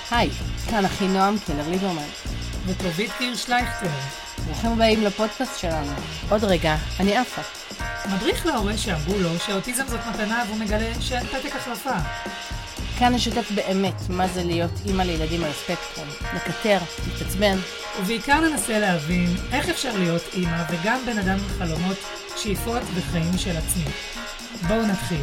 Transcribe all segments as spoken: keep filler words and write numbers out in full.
היי, כאן אחי נועם קלר ליברמן. וטובית קירשלייכטר. ברוכים הבאים לפודקאסט שלנו. עוד רגע, אני עפה. מדריך להורה שאמרו לו שאוטיזם זאת מתנה והוא מגלה שאין פתק החלפה. כאן נשתף באמת מה זה להיות אימא לילדים על הספקטרום. לקטר, להתעצבן. ובעיקר ננסה להבין איך אפשר להיות אימא וגם בן אדם עם חלומות, שאיפות וחיים של עצמי. בואו נתחיל.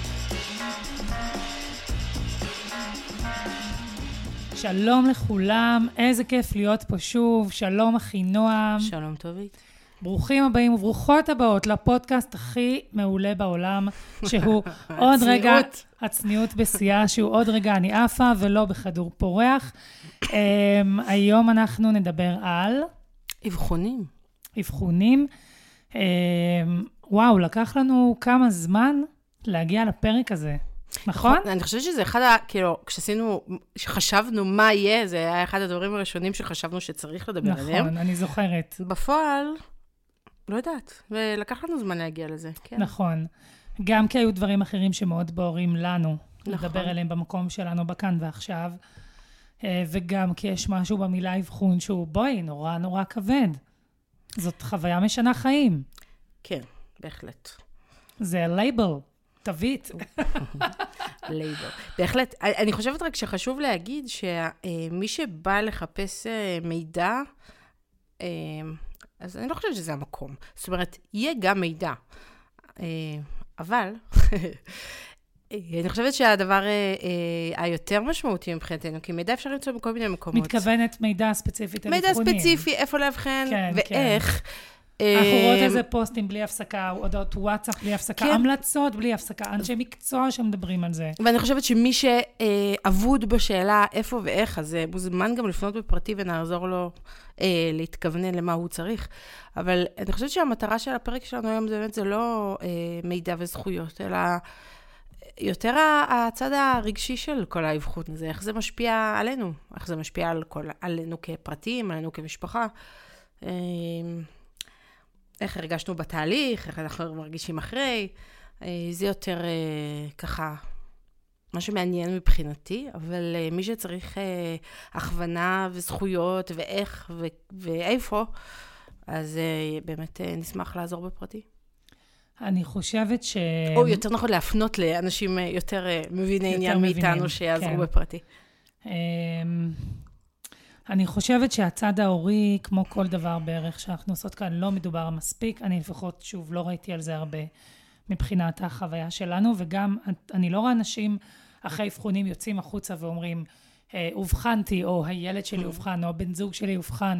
שלום לכולם, איזה כיף להיות פה שוב, שלום אחי נועם. שלום טובית. ברוכים הבאים וברוכות הבאות לפודקאסט הכי מעולה בעולם, שהוא עוד רגע, הצניעות בשיאה, שהוא עוד רגע אני עפה ולא בכדור פורח. um, היום אנחנו נדבר על... אבחונים. אבחונים. Um, וואו, לקח לנו כמה זמן להגיע לפרק הזה. נכון? אני חושבת שזה אחד ה... כאילו, כשעשינו, שחשבנו מה יהיה, זה היה אחד הדברים הראשונים שחשבנו שצריך לדבר עליהם. נכון, אני זוכרת. בפועל, לא יודעת, ולקח לנו זמן להגיע לזה. כן. נכון. גם כי היו דברים אחרים שמאוד בוערים לנו, נכון. לדבר עליהם במקום שלנו, בכאן ועכשיו, וגם כי יש משהו במילה אבחון שהוא, בואי, נורא נורא כבד. זאת חוויה משנה חיים. כן, בהחלט. זה לייבל. תווית. לייבל. בהחלט. אני חושבת רק שחשוב להגיד שמי שבא לחפש מידע, אז אני לא חושבת שזה המקום. זאת אומרת, יהיה גם מידע. אבל, אני חושבת שהדבר היותר משמעותי מבחינתנו, כי מידע אפשר למצוא בכל מיני מקומות. מתכוונת מידע ספציפית על אבחונים. מידע ספציפי, איפה להבחן, ואיך. אנחנו רואות איזה פוסטים בלי הפסקה, הודעות וואטסאפ בלי הפסקה, המלצות בלי הפסקה, אנשי מקצוע שמדברים על זה. ואני חושבת שמי שעבוד בשאלה איפה ואיך, אז מוזמן גם לפנות בפרטי ונעזור לו להתכוונן למה הוא צריך. אבל אני חושבת שהמטרה של הפרק שלנו היום זה באמת, זה לא מידע וזכויות, אלא יותר הצד הרגשי של כל האבחון הזה, איך זה משפיע עלינו, איך זה משפיע על כל, עלינו כפרטים, עלינו כמשפחה. איך הרגשנו בתהליך, איך אנחנו מרגישים אחרי, זה יותר ככה, מה שמעניין מבחינתי, אבל מי שצריך הכוונה וזכויות ואיך ואיפה, אז באמת נשמח לעזור בפרטי. אני חושבת ש... או יותר נכון להפנות לאנשים יותר מביני עניין מאיתנו שיעזרו בפרטי. אני חושבת שהצד ההורי, כמו כל דבר בערך שאנחנו עושות כאן, לא מדובר מספיק. אני לפחות, שוב, לא ראיתי על זה הרבה מבחינת החוויה שלנו, וגם אני לא רואה אנשים אחרי אבחונים יוצאים החוצה ואומרים, אובחנתי, או הילד שלי אובחן, או הבן זוג שלי אובחן.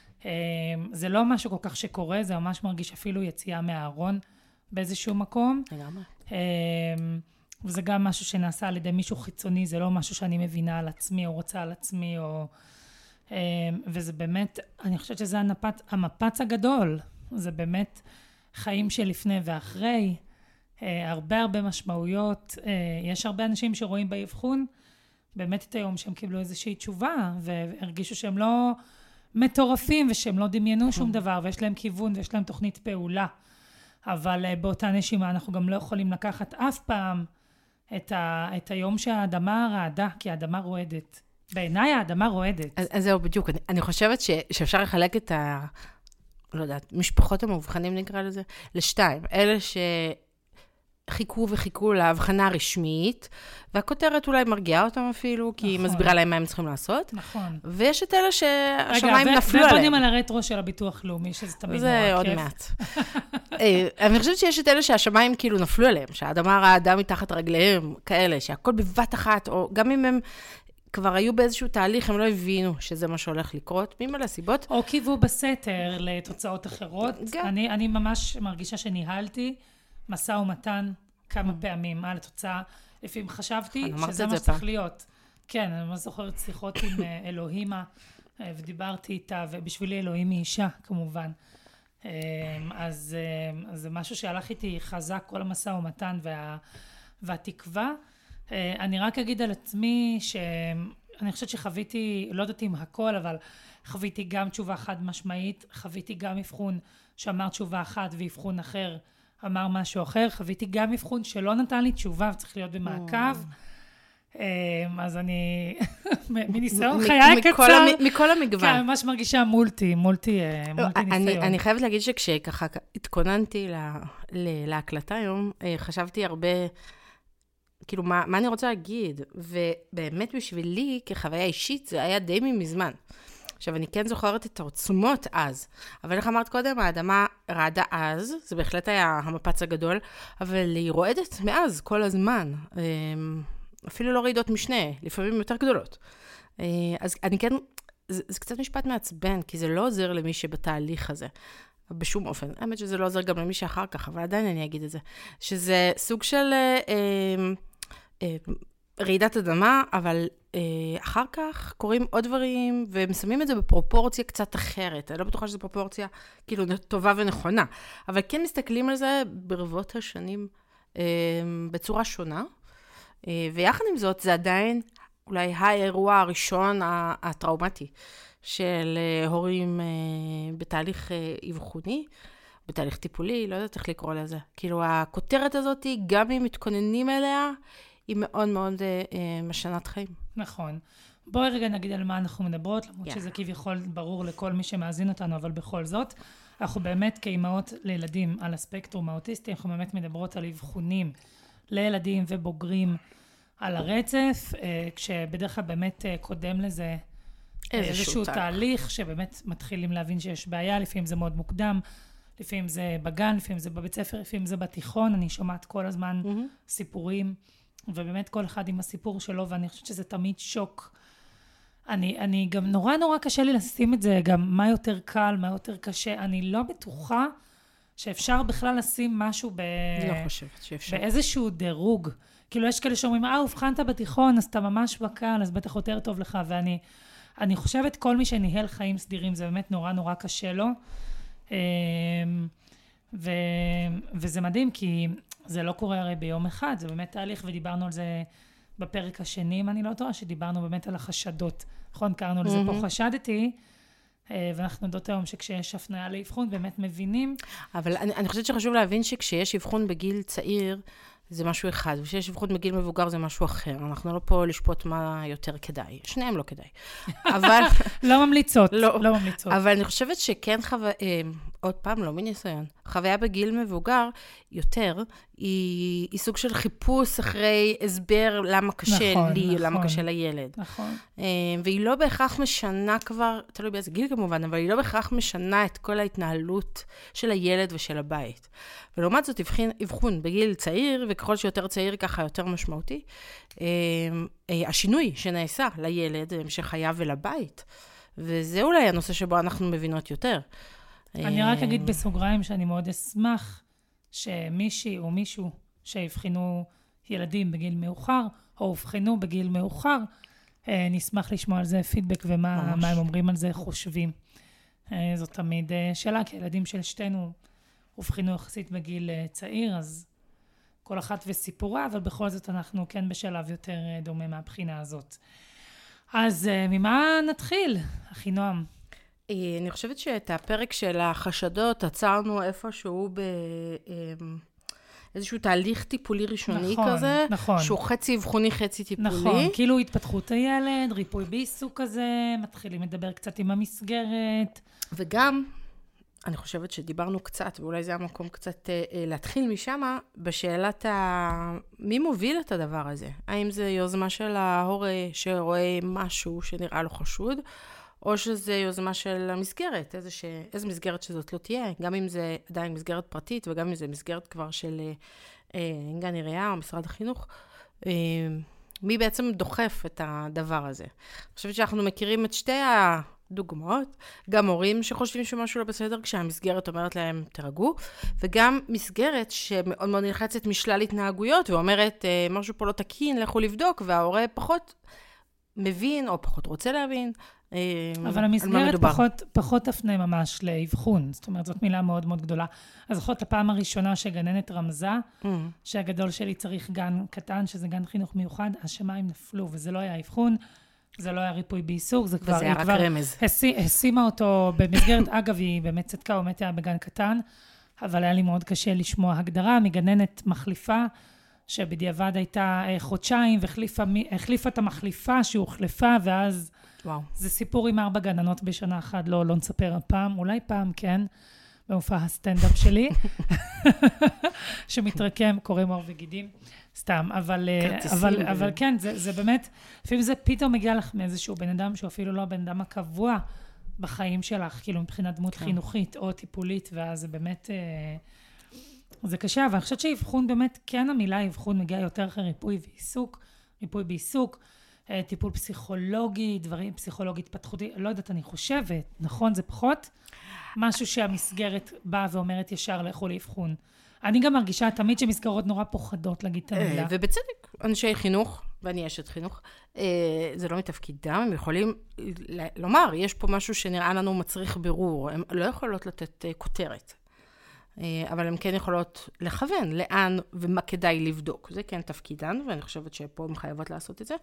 זה לא משהו כל כך שקורה, זה ממש מרגיש אפילו יציאה מהארון באיזשהו מקום. לגמרי. וזה גם משהו שנעשה על ידי מישהו חיצוני, זה לא משהו שאני מבינה על עצמי, או רוצה על עצמי, או... וזה באמת, אני חושבת שזה המפץ, המפץ הגדול, זה באמת חיים שלפני ואחרי, הרבה הרבה משמעויות, יש הרבה אנשים שרואים באבחון, באמת את היום שהם קיבלו איזושהי תשובה, והרגישו שהם לא מטורפים, ושהם לא דמיינו שום דבר, ויש להם כיוון, ויש להם תוכנית פעולה, אבל באותה נשימה אנחנו גם לא יכולים לקחת אף פעם את, ה, את היום שהאדמה רעדה, כי האדמה רועדת. בעיניי האדמה רועדת. אז, אז זהו בדיוק, אני, אני חושבת ש, שאפשר לחלק את ה... לא יודעת, משפחות המאובחנים נקרא לזה, לשתיים. אלה שחיכו וחיכו להבחנה רשמית, והכותרת אולי מרגיעה אותם אפילו, כי נכון. היא מסבירה להם מה הם צריכים לעשות. נכון. ויש את אלה שהשמיים רגע, נפלו עליהם. ובונים על הרטרו של הביטוח לאומי, שזה תמיד נורא כיף. זה עוד מעט. אני חושבת שיש את אלה שהשמיים כאילו נפלו עליהם, שהאדמה רעדה מתחת רגליהם, כאלה, שהכל בבת אחת, או גם אם הם... כבר היו באיזשהו תהליך, הם לא הבינו שזה מה שהולך לקרות, ממלא סיבות. או קיוו בסתר לתוצאות אחרות. אני, אני ממש מרגישה שניהלתי משא ומתן כמה פעמים על התוצאה, לפעמים חשבתי שזה מה שצריך להיות. כן, אני ממש זוכרת שיחות עם אלוהימה, ודיברתי איתה, ובשבילי אלוהים היא אישה, כמובן. אז, אז זה משהו שהלך איתי חזק, כל המשא ומתן וה, והתקווה. אני רק אגיד על עצמי שאני חושבת שחוויתי, לא יודעת אם הכל, אבל חוויתי גם תשובה חד משמעית, חוויתי גם אבחון שאמר תשובה אחת ואבחון אחר אמר משהו אחר, חוויתי גם אבחון שלא נתן לי תשובה וצריך להיות במעקב, אז אני, מניסיון חיי קצר, מכל המגוון. כן, ממש מרגישה מולטי, מולטי ניסיון. אני חייבת להגיד שכשככה התכוננתי להקלטה היום, חשבתי הרבה, כאילו, מה אני רוצה להגיד? ובאמת בשבילי, כחוויה אישית, זה היה די מזמן. עכשיו, אני כן זוכרת את העוצמות אז, אבל איך אמרת קודם, האדמה רעדה אז, זה בהחלט היה המפץ הגדול, אבל היא רועדת מאז, כל הזמן. אפילו לא רעידות משנה, לפעמים יותר גדולות. אז אני כן, זה, זה קצת משפט מעצבן, כי זה לא עוזר למי שבתהליך הזה, בשום אופן. האמת שזה לא עוזר גם למי שאחר כך, אבל עדיין אני אגיד את זה. שזה סוג של אה, אה, רעידת אדמה, אבל אה, אחר כך קוראים עוד דברים, ומסיימים את זה בפרופורציה קצת אחרת. אני לא בטוחה שזו פרופורציה כאילו טובה ונכונה, אבל כן מסתכלים על זה ברבות השנים אה, בצורה שונה, ויחד עם זאת, זה עדיין אולי האירוע הראשון הטראומטי של הורים בתהליך אבחוני, בתהליך טיפולי, לא יודעת איך לקרוא לזה. כאילו, הכותרת הזאת, גם אם מתכוננים אליה, היא מאוד מאוד משנת חיים. נכון. בואי רגע נגיד על מה אנחנו מדברות, למרות yeah. שזה כביכול ברור לכל מי שמאזין אותנו, אבל בכל זאת, אנחנו באמת כאימהות לילדים על הספקטרום האוטיסטי, אנחנו באמת מדברות על אבחונים, לילדים ובוגרים על הרצף, כשבדרך כלל באמת קודם לזה איזשהו תהליך, שבאמת מתחילים להבין שיש בעיה, לפעמים זה מאוד מוקדם, לפעמים זה בגן, לפעמים זה בבית ספר, לפעמים זה בתיכון, אני שומעת כל הזמן סיפורים, ובאמת כל אחד עם הסיפור שלו, ואני חושבת שזה תמיד שוק. אני, אני גם נורא נורא קשה לי לשים את זה, גם מה יותר קל, מה יותר קשה, אני לא בטוחה שאפשר בכלל לשים משהו ב... לא חושבת שאפשר. באיזשהו דירוג. כאילו יש כאלה שאומרים, אה, הבחנת בתיכון, אז אתה ממש בקל, אז בטח יותר טוב לך, ואני אני חושבת כל מי שניהל חיים סדירים, זה באמת נורא נורא קשה לו, ו, וזה מדהים, כי זה לא קורה הרי ביום אחד, זה באמת תהליך, ודיברנו על זה בפרק השני, אם אני לא טועה, שדיברנו באמת על החשדות, נכון? קראנו לזה פה חשדתי, ואנחנו יודעות היום שכשיש הפניה לאבחון, באמת מבינים. אבל אני, אני חושבת שחשוב להבין שכשיש אבחון בגיל צעיר, זה משהו אחד, וכשיש אבחון בגיל מבוגר זה משהו אחר. אנחנו לא פה לשפוט מה יותר כדאי. שניהם לא כדאי. אבל... לא ממליצות. לא, לא ממליצות. אבל אני חושבת שכן חוויה, עוד פעם, לא מניסיון, חוויה בגיל מבוגר יותר, היא, היא סוג של חיפוש אחרי הסבר למה קשה נכון, לי, נכון, למה קשה לילד. נכון. והיא לא בהכרח משנה כבר, תלוי באיזה גיל כמובן, אבל היא לא בהכרח משנה את כל ההתנהלות של הילד ושל הבית. ולעומת זאת, אבחון בגיל צעיר, וככל שיותר צעיר ככה יותר משמעותי, השינוי שנעשה לילד, המשך חייו ולבית, וזה אולי הנושא שבו אנחנו מבינות יותר. אני רק אגיד בסוגריים שאני מאוד אשמח שמישהי או מישהו שיבחנו ילדים בגיל מאוחר, או הבחנו בגיל מאוחר, נשמח לשמוע על זה פידבק ומה מה הם אומרים על זה, חושבים. זאת תמיד שאלה, כי הילדים של שתינו הבחינו יחסית בגיל צעיר, אז כל אחת וסיפורה, אבל בכל זאת אנחנו כן בשלב יותר דומה מהבחינה הזאת. אז ממה נתחיל, אחינועם? אני חושבת שאת הפרק של החשדות עצרנו איפשהו באיזשהו תהליך טיפולי ראשוני נכון, כזה, נכון. שהוא חצי אבחוני, חצי טיפולי. נכון, כאילו התפתחות הילד, ריפוי בעיסוק כזה, מתחילים לדבר קצת עם המסגרת. וגם, אני חושבת שדיברנו קצת, ואולי זה המקום קצת אה, להתחיל משם, בשאלת ה... מי מוביל את הדבר הזה? האם זה יוזמה של ההורה שרואה משהו שנראה לו חשוד, או שזה יוזמה של המסגרת, איזה, ש... איזה מסגרת שזאת לא תהיה, גם אם זה עדיין מסגרת פרטית, וגם אם זה מסגרת כבר של אה, גן עירייה או משרד החינוך, אה, מי בעצם דוחף את הדבר הזה? אני חושבת שאנחנו מכירים את שתי הדוגמאות, גם הורים שחושבים שמשהו לא בסדר, כשהמסגרת אומרת להם תרגעו, וגם מסגרת שמאוד מאוד נלחצת משלל התנהגויות, ואומרת אה, משהו פה לא תקין, לכו לבדוק, וההורה פחות מבין או פחות רוצה להבין, אבל המסגרת פחות, פחות תפנה ממש לאבחון, זאת אומרת, זאת מילה מאוד מאוד גדולה. אז זוכרת לפעם הראשונה שגננת רמזה, mm. שהגדול שלי צריך גן קטן, שזה גן חינוך מיוחד, השמיים נפלו, וזה לא היה אבחון, זה לא היה ריפוי בעיסוק, זה כבר, וזה היה רק רמז. השימה אותו במסגרת, אגב, היא באמת צדקה, הוא באמת היה בגן קטן, אבל היה לי מאוד קשה לשמוע הגדרה, מגננת מחליפה, שבדיעבד הייתה חודשיים, והחליפה את המחליפה שהוחלפה, ואז וואו. זה סיפור עם ארבע גננות בשנה אחת, לא, לא נספר הפעם, אולי פעם כן, במופע הסטנדאפ שלי, שמתרקם, קוראים עור וגידים, סתם, אבל, אבל, אבל כן, זה, זה באמת, לפעמים זה פתאום מגיע לך מאיזשהו בן אדם, שהוא אפילו לא הבן אדם הקבוע בחיים שלך, כאילו מבחינת דמות חינוכית או טיפולית, ואז זה באמת, זה קשה, אבל אני חושבת שהאבחון באמת, כן המילה אבחון מגיע יותר אחרי ריפוי ועיסוק, ריפוי בעיסוק, טיפול פסיכולוגי, דברים, פסיכולוגית התפתחותי, לא יודעת, אני חושבת, נכון, זה פחות משהו שהמסגרת באה ואומרת ישר לכו לאבחון. אני גם מרגישה תמיד שמסגרות נורא פוחדות להגיד את המילה. ובצדק, אנשי חינוך, ואני אשת חינוך, זה לא מתפקידם, הם יכולים לומר, יש פה משהו שנראה לנו מצריך בירור, הם לא יכולות לתת כותרת, אבל הם כן יכולות לכוון לאן ומה כדאי לבדוק. זה כן תפקידן, ואני חושבת שפה הם חייבות לעשות את זה.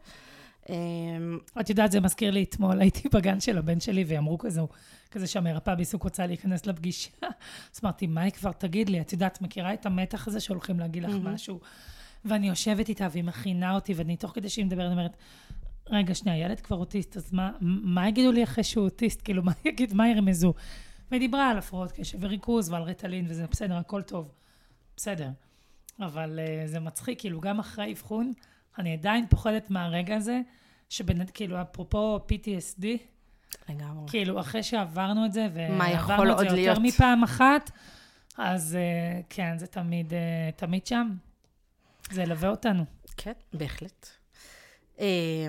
את יודעת, זה מזכיר לי אתמול, הייתי בגן של הבן שלי, ואמרו כזה, כזה שהמרפאה בעיסוק רוצה להיכנס לפגישה. אז אמרתי, מה היא כבר תגיד לי? את יודעת, מכירה את המתח הזה שהולכים להגיד לך משהו? ואני יושבת איתה, והיא מכינה אותי, ואני תוך כדי שהיא מדברת, אני אומרת, רגע, שנייה, ילד כבר אוטיסט, אז מה, מה יגידו לי אחרי שהוא אוטיסט? כאילו, מה יגיד, מה ירמזו? והיא דיברה על הפרעות קשב וריכוז ועל רטלין, וזה בסדר, הכל טוב. בסדר. אבל uh, זה מצחיק, כאילו, גם אחרי אבחון, אני עדיין פוחדת מהרגע הזה, שבנד, כאילו, אפרופו פי טי אס די, לגמרי. כאילו, אחרי שעברנו את זה, ועברנו את זה יותר להיות? מפעם אחת, אז uh, כן, זה תמיד, uh, תמיד שם. זה ילווה אותנו. כן, בהחלט. Uh,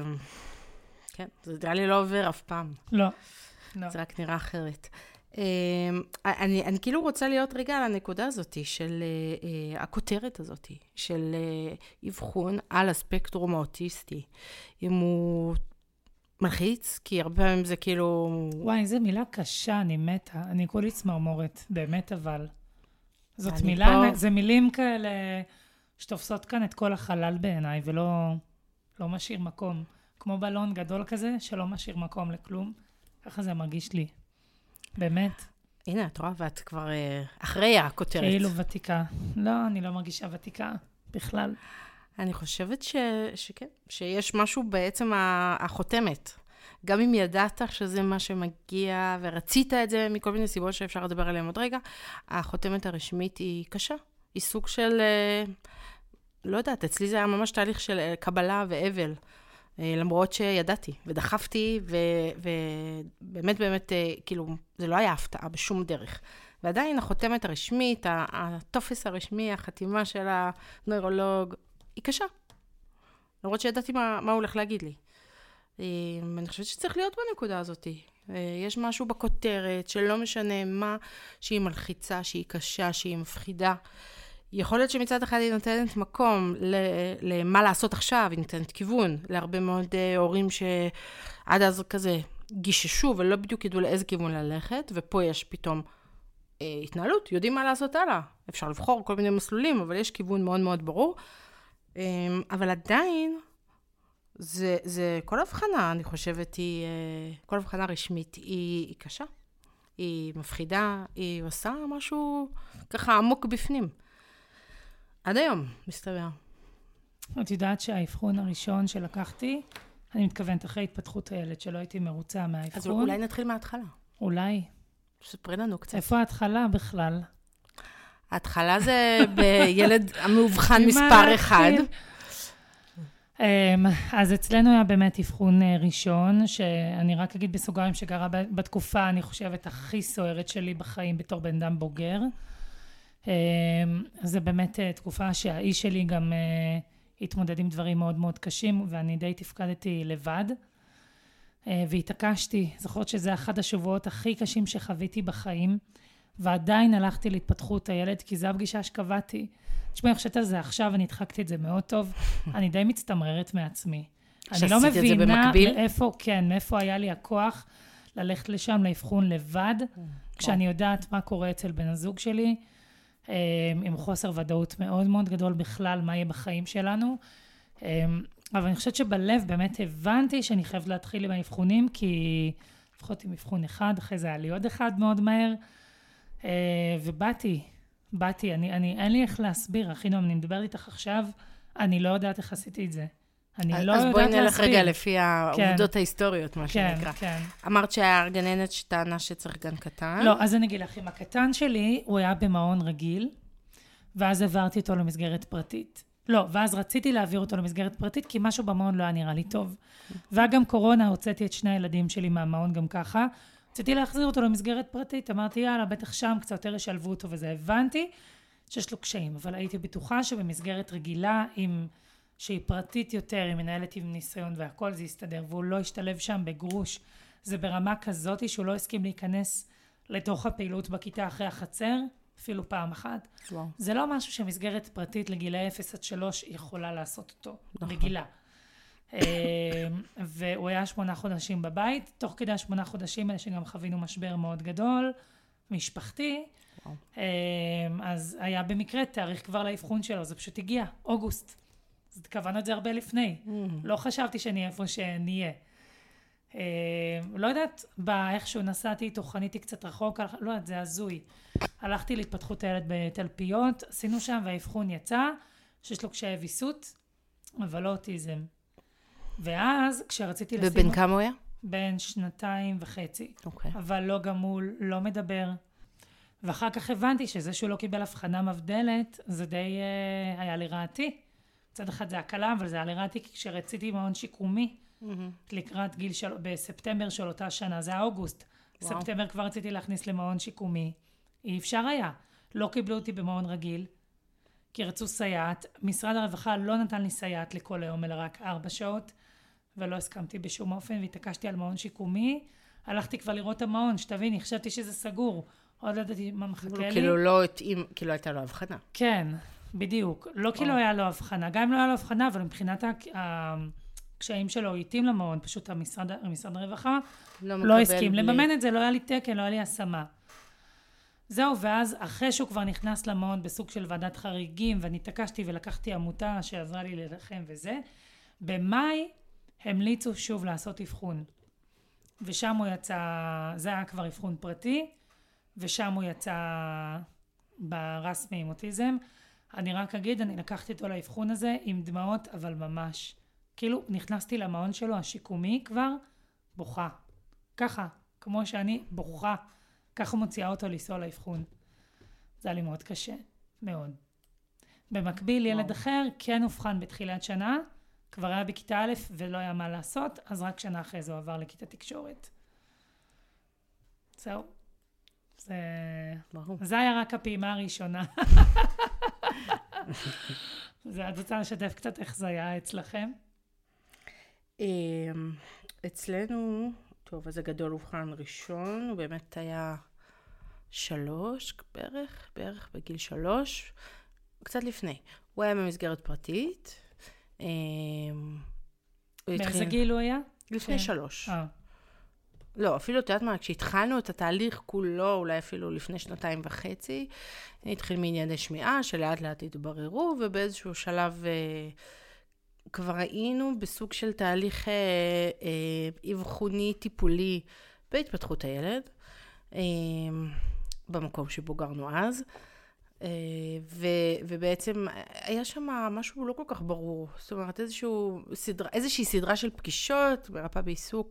כן, זה נראה לי לא עובר אף פעם. לא. לא. זה רק נראה אחרת. אני, אני כאילו רוצה להיות רגע על הנקודה הזאת של uh, הכותרת הזאת, של uh, אבחון על הספקטרום האוטיסטי. אם הוא מלחיץ, כי הרבה פעמים זה כאילו... וואי, זו מילה קשה, אני מתה. אני כולי צמרמורת, באמת אבל. זאת מילה, פה... זה מילים כאלה שתופסות כאן את כל החלל בעיניי, ולא לא משאיר מקום. כמו בלון גדול כזה, שלא משאיר מקום לכלום. ככה זה מרגיש לי. באמת. הנה, את רואה, ואת כבר אחרי הכותרת. כאילו ותיקה. לא, אני לא מרגישה ותיקה בכלל. אני חושבת ש... שכן, שיש משהו בעצם החותמת. גם אם ידעת שזה מה שמגיע, ורצית את זה מכל מיני סיבות שאפשר לדבר עליהן עוד רגע, החותמת הרשמית היא קשה. היא סוג של, לא יודעת, אצלי זה היה ממש תהליך של קבלה ואבל. למרות שידעתי ודחפתי, ובאמת באמת, כאילו, זה לא היה הפתעה בשום דרך. ועדיין החותמת הרשמית, הטופס הרשמי, החתימה של הנוירולוג, היא קשה. למרות שידעתי מה, מה הוא הולך להגיד לי. אני חושבת שצריך להיות בנקודה הזאת. יש משהו בכותרת שלא משנה מה, שהיא מלחיצה, שהיא קשה, שהיא מפחידה. יכול להיות שמצד אחד היא נותנת מקום למה לעשות עכשיו, היא נותנת כיוון להרבה מאוד הורים שעד אז כזה גיששו ולא בדיוק ידעו לאיזה כיוון ללכת, ופה יש פתאום אה, התנהלות, יודעים מה לעשות הלאה. אפשר לבחור כל מיני מסלולים, אבל יש כיוון מאוד מאוד ברור. אה, אבל עדיין, זה, זה כל הבחנה, אני חושבת, היא, אה, כל הבחנה רשמית היא, היא קשה, היא מפחידה, היא עושה משהו ככה עמוק בפנים. עד היום, מסתבר. את יודעת שהאבחון הראשון שלקחתי, אני מתכוונת אחרי התפתחות הילד, שלא הייתי מרוצה מהאבחון. אז אולי נתחיל מההתחלה. אולי. ספרי לנו קצת. איפה ההתחלה בכלל? ההתחלה זה בילד המאובחן מספר אחד. אז אצלנו היה באמת אבחון ראשון, שאני רק אגיד בסוגריים שגרה בתקופה, אני חושבת, הכי סוערת שלי בחיים בתור בן אדם בוגר. אז זה באמת תקופה שהאיש שלי גם התמודד עם דברים מאוד מאוד קשים, ואני די תפקדתי לבד, והתעקשתי. זוכרת שזה אחד השבועות הכי קשים שחוויתי בחיים, ועדיין הלכתי להתפתחות הילד, כי זו הפגישה שקבעתי. תשמעי, אני חושבת על זה עכשיו, אני הדחקתי את זה מאוד טוב, אני די מצטמררת מעצמי. אני לא מבינה מאיפה, כן, מאיפה היה לי הכוח ללכת לשם, לאבחון לבד, כשאני יודעת מה קורה אצל בן הזוג שלי, עם חוסר ודאות מאוד מאוד גדול בכלל, מה יהיה בחיים שלנו. אבל אני חושבת שבלב באמת הבנתי שאני חייבת להתחיל עם האבחונים, כי לפחות עם אבחון אחד, אחרי זה היה לי עוד אחד מאוד מהר, ובאתי, באתי, אני, אני, אין לי איך להסביר, אחי נועם, אני מדברת איתך עכשיו, אני לא יודעת איך עשיתי את זה. אני אז, לא אז יודעת בואי להסביר. נלך רגע לפי העובדות כן. ההיסטוריות, מה כן, שנקרא. כן. אמרת שהגננת שטענה שצריך גן קטן. לא, אז אני אגיד לך, עם הקטן שלי, הוא היה במעון רגיל, ואז העברתי אותו למסגרת פרטית. לא, ואז רציתי להעביר אותו למסגרת פרטית, כי משהו במעון לא היה נראה לי טוב. וגם קורונה, הוצאתי את שני הילדים שלי מהמעון גם ככה. רציתי להחזיר אותו למסגרת פרטית, אמרתי, יאללה, בטח שם קצת יותר ישלבו אותו, וזה הבנתי שיש לו קשיים, אבל הייתי בטוחה שבמסגרת רגילה, עם, שהיא פרטית יותר, היא מנהלת עם ניסיון והכל, זה יסתדר, והוא לא ישתלב שם בגרוש. זה ברמה כזאת שהוא לא הסכים להיכנס לתוך הפעילות בכיתה אחרי החצר, אפילו פעם אחת. וואו. זה לא משהו שמסגרת פרטית לגילי אפס עד שלוש יכולה לעשות אותו, נכון. רגילה. והוא היה שמונה חודשים בבית, תוך כדי השמונה חודשים האלה שגם חווינו משבר מאוד גדול, משפחתי, וואו. אז היה במקרה תאריך כבר לאבחון שלו, זה פשוט הגיע, אוגוסט. אז התכוונו את זה הרבה לפני. Mm. לא חשבתי שנהיה איפה שנהיה. לא יודעת, באיכשהו נסעתי איתו, חניתי קצת רחוק, לא יודעת, זה הזוי. הלכתי להתפתחות הילד בתלפיות, עשינו שם והאבחון יצא, שיש לו קשיי ויסות, אבל לא אוטיזם. ואז כשרציתי לשים... ובן כמה הוא היה? בן שנתיים וחצי. אוקיי. אבל לא גמול, לא מדבר. ואחר כך הבנתי שזה שהוא לא קיבל הבחנה מבדלת, זה די uh, היה לרעתי. מצד אחד זה הקלה, אבל זה היה לרעתי, כי כשרציתי מעון שיקומי, mm-hmm. לקראת גיל של... בספטמבר של אותה שנה, זה היה אוגוסט. וואו. ספטמבר כבר רציתי להכניס למעון שיקומי. אי אפשר היה. לא קיבלו אותי במעון רגיל, כי רצו סייעת. משרד הרווחה לא נתן לי סייעת לכל היום, אלא רק ארבע שעות, ולא הסכמתי בשום אופן, והתעקשתי על מעון שיקומי. הלכתי כבר לראות את המעון, שתביני, חשבתי שזה סגור. עוד לא ידעתי מה מחכה לי. כאילו לא התאים, כאילו הייתה לו הבחנה. כן, בדיוק. לא כי לא היה לו הבחנה, גם אם לא היה לו הבחנה, אבל מבחינת הקשיים שלו, התאים למעון, פשוט המשרד, המשרד הרווחה לא הסכים. לממן את זה, לא היה לי תקן, לא היה לי השמה. זהו, ואז אחרי שהוא כבר נכנס למעון בסוג של ועדת חריגים, ואני התעקשתי ולקחתי עמותה שעזרה לי ללחם וזה, במאי המליצו שוב לעשות אבחון. ושם הוא יצא, זה היה כבר אבחון פרטי, ושם הוא יצא ברסמי עם אוטיזם. אני רק אגיד, אני לקחתי אותו לאבחון הזה עם דמעות, אבל ממש. כאילו נכנסתי למעון שלו, השיקומי כבר, בוכה. ככה, כמו שאני בוכה. ככה מוציאה אותו לנסוע לאבחון. זה היה לי מאוד קשה, מאוד. במקביל, ילד וואו. אחר כן הובחן בתחילת שנה, כבר היה בכיתה א' ולא היה מה לעשות, אז רק שנה אחרי זה הוא עבר לכיתה תקשורת. זהו. זה... זה היה רק הפעימה הראשונה. זה, את רוצה לשתף קצת איך זה היה אצלכם? אצלנו, טוב, אז הגדול הובחן ראשון, הוא באמת היה שלוש בערך, בערך בגיל שלוש, קצת לפני. הוא היה במסגרת פרטית. באיזה גיל הוא היה? לפני שלוש. לא, אפילו, את יודעת מה, כשהתחלנו את התהליך כולו, אולי אפילו לפני שנתיים וחצי, התחיל מענייני שמיעה, שלאט לאט התבררו, ובאיזשהו שלב כבר היינו בסוג של תהליך אבחוני טיפולי בהתפתחות הילד, במקום שבו גרנו אז, ו, ובעצם היה שם משהו לא כל כך ברור, זאת אומרת איזשהו סדרה, איזושהי סדרה של פגישות, מרפאה בעיסוק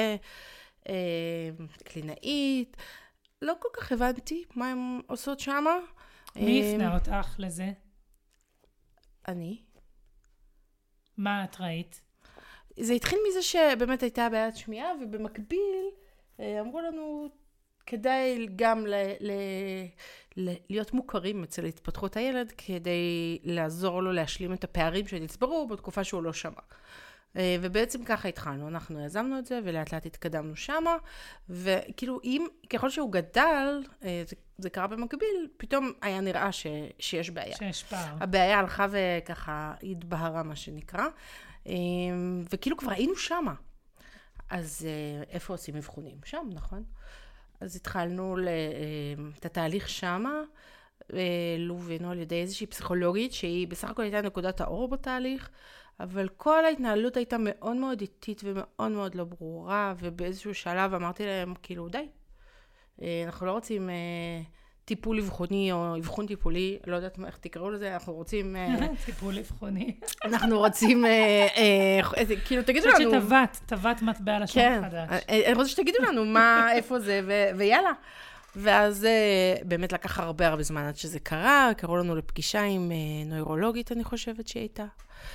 וקלינאית, לא כל כך הבנתי מה הן עושות שם. מי הפנה אותך לזה? אני. מה את ראית? זה התחיל מזה שבאמת הייתה בעיית שמיעה, ובמקביל אמרו לנו, כדאי גם ל, ל, ל, להיות מוכרים אצל התפתחות הילד, כדי לעזור לו להשלים את הפערים שנצברו בתקופה שהוא לא שמע. ובעצם ככה התחלנו, אנחנו יזמנו את זה, ולאט לאט התקדמנו שמה, וכאילו, אם, ככל שהוא גדל, זה, זה קרה במקביל, פתאום היה נראה ש, שיש בעיה. שיש פער. הבעיה הלכה וככה התבהרה, מה שנקרא, וכאילו כבר היינו שמה. אז איפה עושים מבחונים? שם, נכון? אז התחלנו את התהליך שמה, לווינו על ידי איזושהי פסיכולוגית, שהיא בסך הכל הייתה נקודת האור בתהליך, אבל כל ההתנהלות הייתה מאוד מאוד איטית ומאוד מאוד לא ברורה, ובאיזשהו שלב אמרתי להם, כאילו, די, אנחנו לא רוצים טיפול אבחוני או אבחון טיפולי, לא יודעת איך תקראו לזה, אנחנו רוצים... טיפול אבחוני. אנחנו רוצים, כאילו, תגידו לנו... אני חושבת שטבעת, טבעת מטבע לשון חדש. כן, אני רוצה שתגידו לנו מה, איפה זה, ויאללה. ואז באמת לקח הרבה הרבה זמן עד שזה קרה, קראו לנו לפגישה עם נוירולוגית, אני חושבת שהיא הייתה,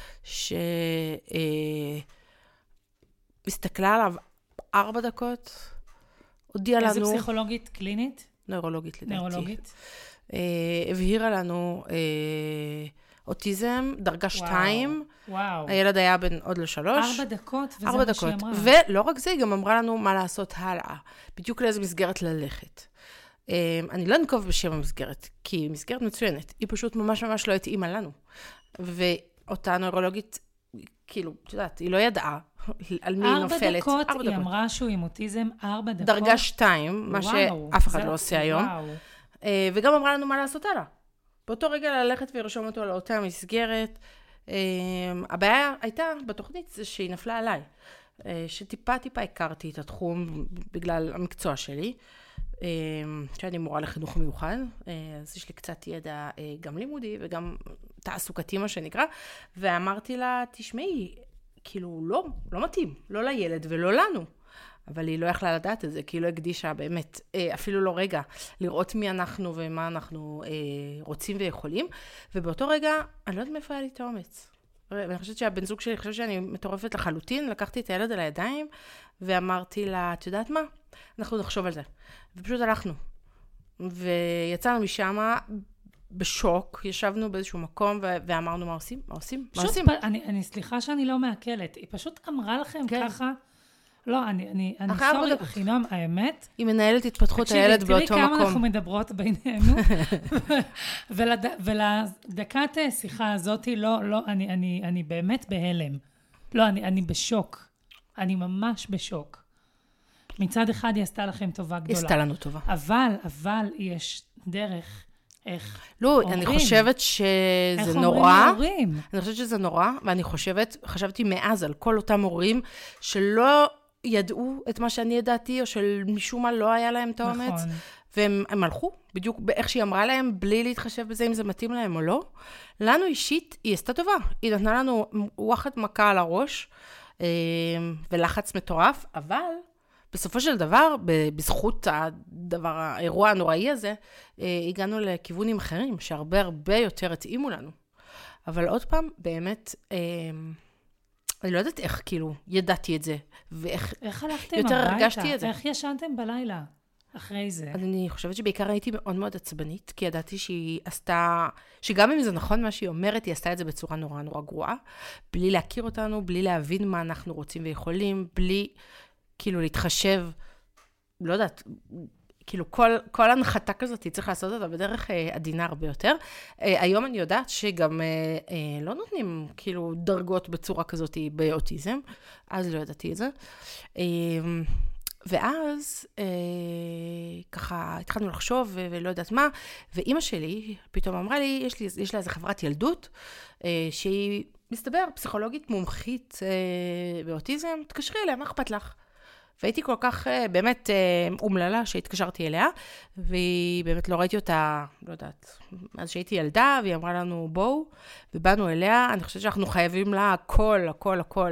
שהסתכלה עליו ארבע דקות, הודיעה לנו... איזה פסיכולוגית קלינית? נוירולוגית לדעתי. נוירולוגית. הבהירה לנו אוטיזם, דרגה שתיים. וואו. הילד היה בן עוד לשלוש. ארבע דקות, וזה ארבע מה שהיא אמרה. ולא רק זה, היא גם אמרה לנו מה לעשות הלאה. בדיוק לאיזה מסגרת ללכת. אני לא נקוב בשם המסגרת, כי היא מסגרת מצוינת. היא פשוט ממש ממש לא התאימה לנו. ואותה נוירולוגית, כאילו, את יודעת, היא לא ידעה על מי היא נופלת. ארבע דקות, היא אמרה שהוא עם אוטיזם, ארבע דקות. דרגה שתיים, מה שאף אחד לא עושה היום. וגם אמרה לנו מה לעשות הלאה. באותו רגע ללכת וירשום אותו לאותה המסגרת. הבעיה הייתה בתוכנית זה שהיא נפלה עליי. שטיפה טיפה הכרתי את התחום בגלל המקצוע שלי. שאני מורה לחינוך מיוחד, אז יש לי קצת ידע גם לימודי וגם תעסוקתי מה שנקרא, ואמרתי לה, תשמעי, כאילו לא, לא מתאים, לא לילד ולא לנו. אבל היא לא יכלה לדעת את זה, כי היא לא הקדישה באמת, אפילו לא רגע, לראות מי אנחנו ומה אנחנו רוצים ויכולים. ובאותו רגע, אני לא יודעת מאיפה היה לי את האומץ. ואני חושבת שהבן זוג שלי, אני חושבת שאני מטורפת לחלוטין, לקחתי את הילד על הידיים, ואמרתי לה, את יודעת מה? אנחנו נחשוב על זה. ופשוט הלכנו. ויצאנו משם בשוק, ישבנו באיזשהו מקום, ואמרנו מה עושים? מה עושים? מה עושים? פ... אני, אני סליחה שאני לא מעכלת, היא פשוט אמרה לכם כן. ככה, לא, אני, אני, אני סורי, אחינום, האמת. היא מנהלת התפתחות הילד באותו מקום. תראי כמה אנחנו מדברות בינינו, ולד, ולדקת שיחה הזאת, לא, לא, אני, אני, אני באמת בהלם. לא, אני, אני בשוק. אני ממש בשוק. מצד אחד היא עשתה לכם טובה גדולה. היא עשתה לנו טובה. אבל, אבל יש דרך איך לא, אומרים. אני חושבת שזה איך נורא. אומרים להורים? אני חושבת שזה נורא, ואני חושבת, חשבתי מאז על כל אותם הורים שלא ידעו את מה שאני ידעתי, או שמשום מה לא היה להם את האומץ. נכון. והם הם הלכו, בדיוק באיך שהיא אמרה להם, בלי להתחשב בזה אם זה מתאים להם או לא. לנו אישית, היא עשתה טובה. היא נתנה לנו וואחד מכה על הראש, ולחץ מטורף, אבל בסופו של דבר, בזכות הדבר, האירוע הנוראי הזה, הגענו לכיוונים אחרים, שהרבה הרבה יותר התאימו לנו. אבל עוד פעם, באמת, אני לא יודעת איך, כאילו, ידעתי את זה, ואיך איך הלכתם יותר הביתה? הרגשתי את זה. איך ישנתם בלילה אחרי זה? אני חושבת שבעיקר הייתי מאוד מאוד עצבנית, כי ידעתי שהיא עשתה, שגם אם זה נכון מה שהיא אומרת, היא עשתה את זה בצורה נורא נורא גרועה, בלי להכיר אותנו, בלי להבין מה אנחנו רוצים ויכולים, בלי כאילו להתחשב, לא יודעת, כאילו כל, כל הנחתה כזאת, היא צריך לעשות אותה בדרך אה, עדינה הרבה יותר. אה, היום אני יודעת שגם אה, אה, לא נותנים כאילו דרגות בצורה כזאת באוטיזם, אז לא ידעתי את זה. אה, ואז אה, ככה התחלנו לחשוב ו- ולא יודעת מה, ואימא שלי פתאום אמרה לי, יש, לי, יש לה איזו חברת ילדות, אה, שהיא מסתבר פסיכולוגית מומחית אה, באוטיזם, תקשרי אליה, מה אכפת לך? והייתי כל כך באמת אומללה שהתקשרתי אליה, והיא באמת לא ראיתי אותה, לא יודעת, אז שהייתי ילדה, והיא אמרה לנו בואו, ובאנו אליה, אני חושבת שאנחנו חייבים לה הכל, הכל, הכל,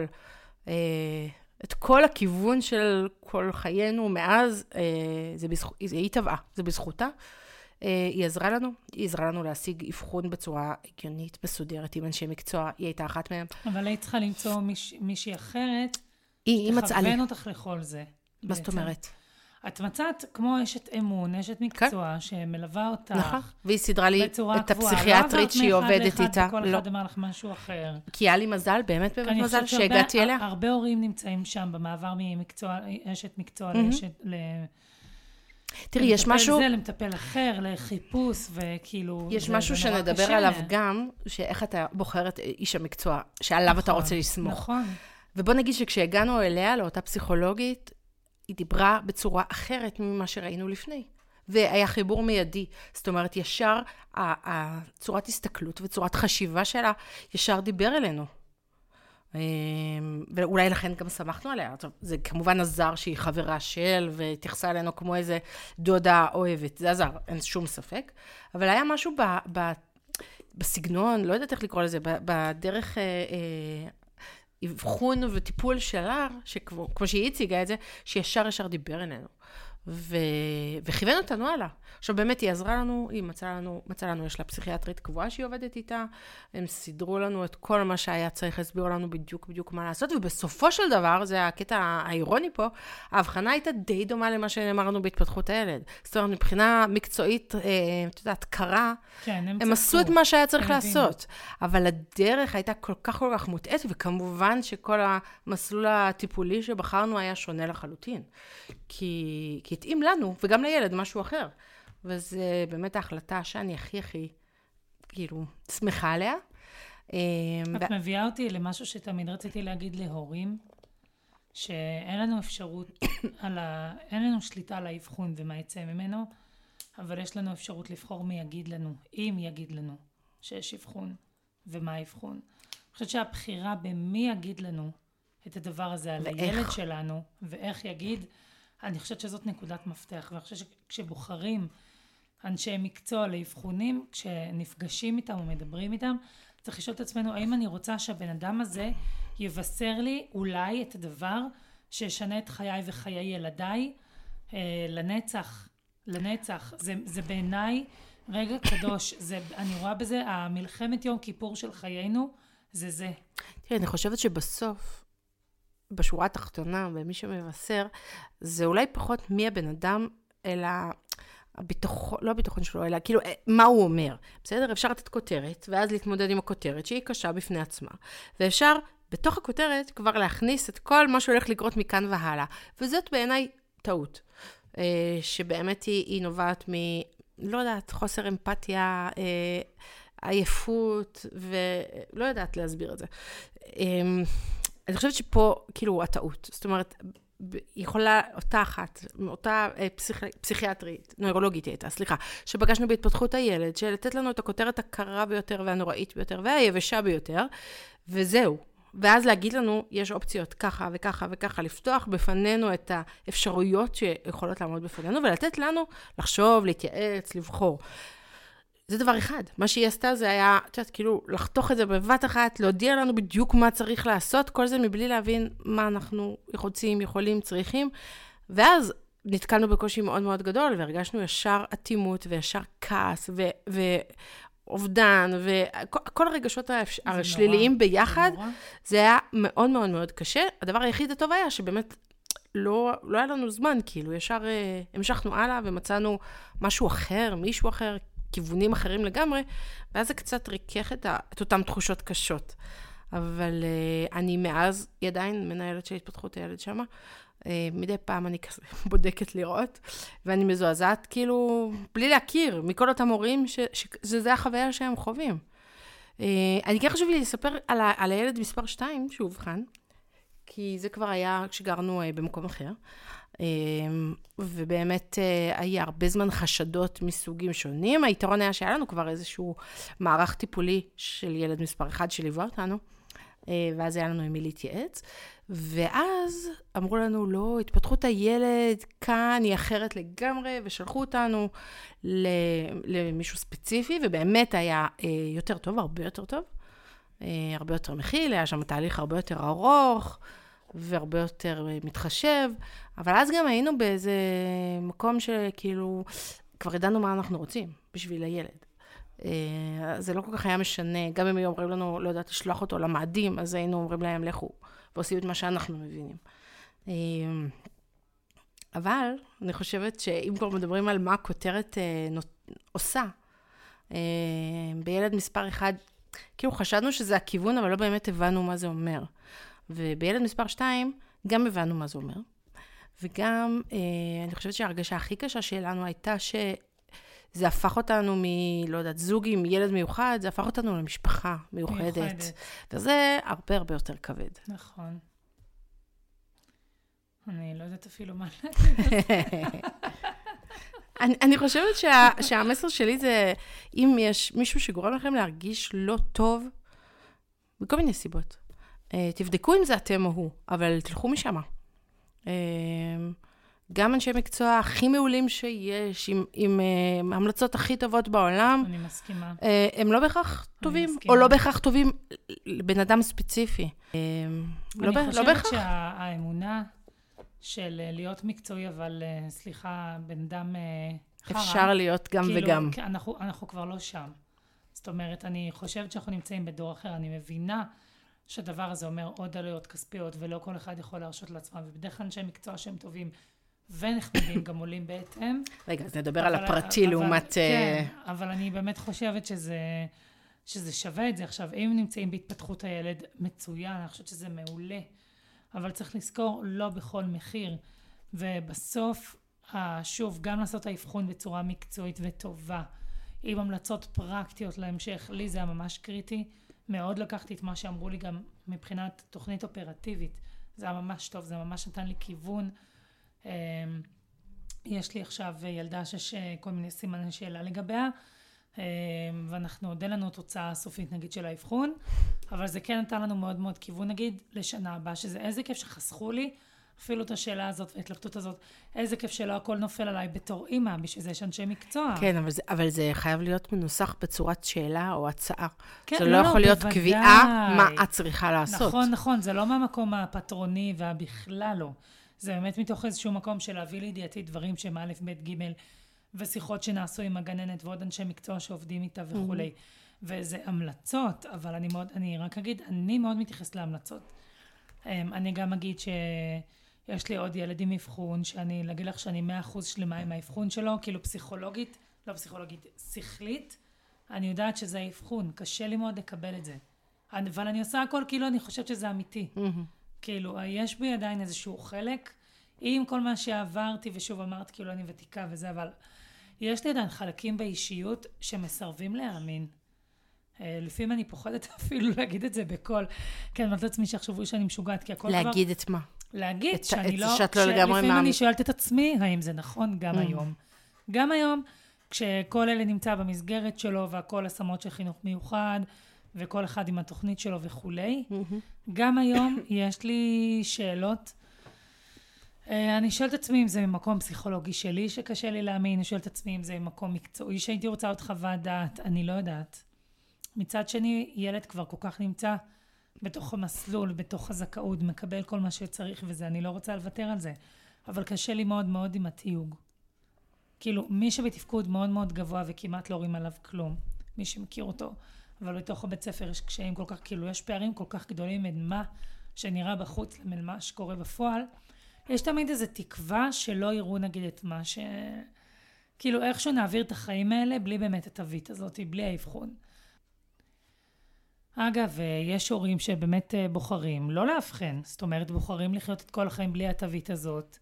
את כל הכיוון של כל חיינו מאז, זה בזכות, היא טבעה, זה בזכותה. היא עזרה לנו, היא עזרה לנו להשיג אבחון בצורה הגיונית, מסודרת, עם אנשי מקצוע, היא הייתה אחת מהם. אבל היא צריכה למצוא מיש, מישהי אחרת, היא מצאה לי. תכוון אותך לכל זה. מה זאת אומרת? את מצאת כמו אשת אמון, אשת מקצוע, שמלווה אותך. נכון, והיא סדרה לי את הפסיכיאטרית שהיא עובדת איתה. לא עברת מאחד לאחד, וכל אחד אמר לך משהו אחר. כי היה לי מזל, באמת באמת מזל, שהגעתי אליה. הרבה הורים נמצאים שם, במעבר מאשת מקצוע לאשת... תראי, יש משהו... זה למטפל אחר, לחיפוש, וכאילו... יש משהו שנדבר עליו גם, שאיך אתה בוחר את איש המקצוע, שעליו אתה רוצה לסמוך. נכון. ובוא נגיד שכשהגענו אליה, לאותה פסיכולוגית, היא דיברה בצורה אחרת ממה שראינו לפני. והיה חיבור מיידי. זאת אומרת, ישר, הצורת הסתכלות וצורת חשיבה שלה, ישר דיבר אלינו. ואולי לכן גם שמחנו עליה. טוב, זה כמובן עזר שהיא חברה של, והתייחסה אלינו כמו איזה דודה אוהבת. זה עזר, אין שום ספק. אבל היה משהו ב, ב, בסגנון, לא יודעת איך לקרוא לזה, בדרך... אה, אה, אבחון וטיפול שלה, שכמו, כמו שהיא הציגה את זה, שישר ישר דיבר אלינו. ו... וכיוון אותנו הלאה. עכשיו באמת היא עזרה לנו, היא מצאה לנו, מצאה לנו, יש לה פסיכיאטרית קבועה שהיא עובדת איתה, הם סידרו לנו את כל מה שהיה צריך, הסבירו לנו בדיוק בדיוק מה לעשות, ובסופו של דבר, זה הקטע האירוני פה, ההבחנה הייתה די דומה למה שאמרנו בהתפתחות הילד. זאת אומרת, מבחינה מקצועית, אה, את יודעת, קרה, כן, הם, הם עשו את מה שהיה צריך הם לעשות. אבל הדרך הייתה כל כך כל כך מוטעת, וכמובן שכל המסלול הטיפולי שבחרנו היה שונה לחלוטין. כי, כי התאים לנו, וגם לילד, משהו אחר. וזה באמת ההחלטה שאני הכי הכי, כאילו, שמחה עליה. את ו... מביאה אותי למשהו שתמיד רציתי להגיד להורים, שאין לנו אפשרות, על ה... אין לנו שליטה על האבחון ומה יצא ממנו, אבל יש לנו אפשרות לבחור מי יגיד לנו, אם יגיד לנו שיש אבחון, ומה האבחון. אני חושבת שהבחירה במי יגיד לנו את הדבר הזה על ואיך. הילד שלנו, ואיך יגיד, אני חושבת שזאת נקודת מפתח, ואני חושבת שכשבוחרים אנשי מקצוע לאבחונים, כשנפגשים איתם ומדברים איתם, צריך לשאול את עצמנו, האם אני רוצה שהבן אדם הזה יבשר לי אולי את הדבר שישנה את חיי וחיי ילדיי אה, לנצח, לנצח. זה, זה בעיניי רגע קדוש, זה, אני רואה בזה, המלחמת יום כיפור של חיינו, זה זה. תראה, אני חושבת שבסוף, בשורה התחתונה, במי שמבשר, זה אולי פחות מי הבן אדם, אלא הביטחון, לא הביטחון שלו, אלא כאילו, מה הוא אומר. בסדר? אפשר לתת כותרת, ואז להתמודד עם הכותרת, שהיא קשה בפני עצמה. ואפשר, בתוך הכותרת, כבר להכניס את כל מה שהולך לקרות מכאן והלאה. וזאת בעיניי טעות. שבאמת היא, היא נובעת מ, לא יודעת, חוסר אמפתיה, עייפות, ולא יודעת להסביר את זה. אני חושבת שפה, כאילו, הטעות. זאת אומרת, יכולה אותה אחת, אותה פסיכ... פסיכיאטרית, נוירולוגית הייתה, סליחה, שפגשנו בהתפתחות הילד, שלתת לנו את הכותרת הקרה ביותר והנוראית ביותר והיבשה ביותר, וזהו. ואז להגיד לנו, יש אופציות ככה וככה וככה, לפתוח בפנינו את האפשרויות שיכולות לעמוד בפנינו, ולתת לנו לחשוב, להתייעץ, לבחור. זה דבר אחד. מה שהיא עשתה זה היה, את יודעת, כאילו, לחתוך את זה בבת אחת, להודיע לנו בדיוק מה צריך לעשות, כל זה מבלי להבין מה אנחנו רוצים, יכולים, צריכים. ואז נתקלנו בקושי מאוד מאוד גדול, והרגשנו ישר אטימות, וישר כעס, ו- ואובדן, וכל הרגשות השליליים נורא, ביחד, זה, זה היה מאוד מאוד מאוד קשה. הדבר היחיד הטוב היה שבאמת לא, לא היה לנו זמן, כאילו, ישר המשכנו הלאה, ומצאנו משהו אחר, מישהו אחר, כיוונים אחרים לגמרי, ואז זה קצת ריכך את, ה, את אותם תחושות קשות. אבל uh, אני מאז, היא עדיין מנהלת של התפתחות הילד שמה, uh, מדי פעם אני כזה בודקת לראות, ואני מזועזעת כאילו, בלי להכיר, מכל אותם הורים, ש, ש, שזה החוויה שהם חווים. Uh, אני כן חשוב לי לספר על, ה, על הילד מספר שתיים, שהובחן, כי זה כבר היה כשגרנו uh, במקום אחר, ובאמת היה הרבה זמן חשדות מסוגים שונים. היתרון היה שהיה לנו כבר איזשהו מערך טיפולי של ילד מספר אחד שליווה אותנו, ואז היה לנו עם מי להתייעץ, ואז אמרו לנו, לא, התפתחות הילד כאן היא אחרת לגמרי, ושלחו אותנו למישהו ספציפי, ובאמת היה יותר טוב, הרבה יותר טוב, הרבה יותר מכיל, היה שם תהליך הרבה יותר ארוך, והרבה יותר מתחשב, אבל אז גם היינו באיזה מקום שכאילו, כבר ידענו מה אנחנו רוצים בשביל הילד. זה לא כל כך היה משנה, גם אם היו אומרים לנו, לא יודעת, לשלוח אותו למאדים, אז היינו אומרים להם, לכו, ועושים את מה שאנחנו מבינים. אבל אני חושבת שאם כבר מדברים על מה הכותרת עושה, בילד מספר אחד, כאילו חשדנו שזה הכיוון, אבל לא באמת הבנו מה זה אומר. ובילד מספר שתיים, גם הבנו מה זה אומר. וגם, אה, אני חושבת שההרגשה הכי קשה שלנו הייתה שזה הפך אותנו מ, לא יודעת, זוג עם ילד מיוחד, זה הפך אותנו למשפחה מיוחדת. מיוחדת. וזה הרבה הרבה יותר כבד. נכון. אני לא יודעת אפילו מה. אני, אני חושבת שה, שהמסר שלי זה, אם יש מישהו שגורם לכם להרגיש לא טוב, בכל מיני סיבות. תבדקו אם זה אתם או הוא, אבל תלכו משם. גם אנשי מקצוע הכי מעולים שיש, עם, עם, עם המלצות הכי טובות בעולם. אני מסכימה. הם לא בהכרח טובים, או לא בהכרח טובים לבן אדם ספציפי. אני חושבת שהאמונה של להיות מקצועי, אבל סליחה, בן אדם חרא. אפשר להיות גם וגם. אנחנו, אנחנו כבר לא שם. זאת אומרת, אני חושבת שאנחנו נמצאים בדור אחר, אני מבינה שהדבר הזה אומר עוד עלויות כספיות, ולא כל אחד יכול להרשות לעצמם, ובדרך כלל אנשי מקצוע שהם טובים, ונחמדים גם עולים בהתאם. רגע, אז נדבר על הפרטי לעומת... כן, אבל אני באמת חושבת שזה, שזה שווה את זה. עכשיו, אם נמצאים בהתפתחות הילד מצוין, אני חושבת שזה מעולה, אבל צריך לזכור לא בכל מחיר, ובסוף, שוב, גם לעשות האבחון בצורה מקצועית וטובה, עם המלצות פרקטיות להמשך, לי זה היה ממש קריטי, מאוד לקחתי את מה שאמרו לי גם מבחינת תוכנית אופרטיבית, זה היה ממש טוב, זה ממש נתן לי כיוון. יש לי עכשיו ילדה שיש כל מיני סימני שאלה לגביה, ואנחנו עוד אין לנו תוצאה סופית נגיד של האבחון, אבל זה כן נתן לנו מאוד מאוד כיוון נגיד לשנה הבאה, שזה איזה כיף שחסכו לי, אפילו את השאלה הזאת וההתלבטות הזאת, איזה כיף שלא הכל נופל עליי בתור אימא, בשביל זה יש אנשי מקצוע. כן, אבל זה, אבל זה חייב להיות מנוסח בצורת שאלה או הצעה. כן, זה לא, לא יכול להיות בוודאי. קביעה מה את צריכה לעשות. נכון, נכון, זה לא מהמקום הפטרוני והבכלל לא. זה באמת מתוך איזשהו מקום של להביא לידיעתי דברים שהם א', ב', ג', ושיחות שנעשו עם הגננת ועוד אנשי מקצוע שעובדים איתה וכולי. וזה המלצות, אבל אני מאוד, אני רק אגיד, אני מאוד מתייחסת להמלצות. אני גם אגיד שיש לי עוד ילד עם אבחון, שאני, להגיד לך שאני מאה אחוז שלמה עם האבחון שלו, כאילו פסיכולוגית, לא פסיכולוגית, שכלית, אני יודעת שזה האבחון, קשה לי מאוד לקבל את זה. אבל אני עושה הכל כאילו אני חושבת שזה אמיתי. כאילו, יש בי עדיין איזשהו חלק, עם כל מה שעברתי, ושוב אמרת כאילו אני ותיקה וזה, אבל יש לי עדיין חלקים באישיות שמסרבים להאמין. לפעמים אני פוחדת אפילו להגיד את זה בקול. כן, אני אומרת לעצמי שיחשבו שאני משוגעת, כי הכל כבר... להגיד את מה? להגיד שאני לא... שאת לא לגמרי לפעמים אני שואלת את עצמי, האם זה נכון גם היום. גם היום, כשכל אלה נמצא במסגרת שלו, והכל השמות של חינוך מיוחד, וכל אחד עם התוכנית שלו וכולי, גם היום יש לי שאלות. אני שואלת את עצמי אם זה ממקום פסיכולוגי שלי שקשה לי להאמין, אני שואלת את עצמי אם זה ממקום מקצועי שהייתי רוצה עוד חוות דעת, אני לא יודעת. מצד שני, ילד כבר כל כך נמצא בתוך המסלול, בתוך הזכאות, מקבל כל מה שצריך וזה, אני לא רוצה לוותר על זה. אבל קשה לי מאוד מאוד עם התיוג. כאילו, מי שבתפקוד מאוד מאוד גבוה וכמעט לא רואים עליו כלום, מי שמכיר אותו, אבל בתוך הבית ספר יש קשיים כל כך, כאילו, יש פערים כל כך גדולים בין מה שנראה בחוץ לבין מה שקורה בפועל. יש תמיד איזו תקווה שלא יראו נגיד את מה ש... כאילו, איכשהו נעביר את החיים האלה בלי באמת את הווית הזאת, בלי האבחון. אגב, יש הורים שבאמת בוחרים לא להבחן, זאת אומרת, בוחרים לחיות את כל החיים בלי התווית הזאת.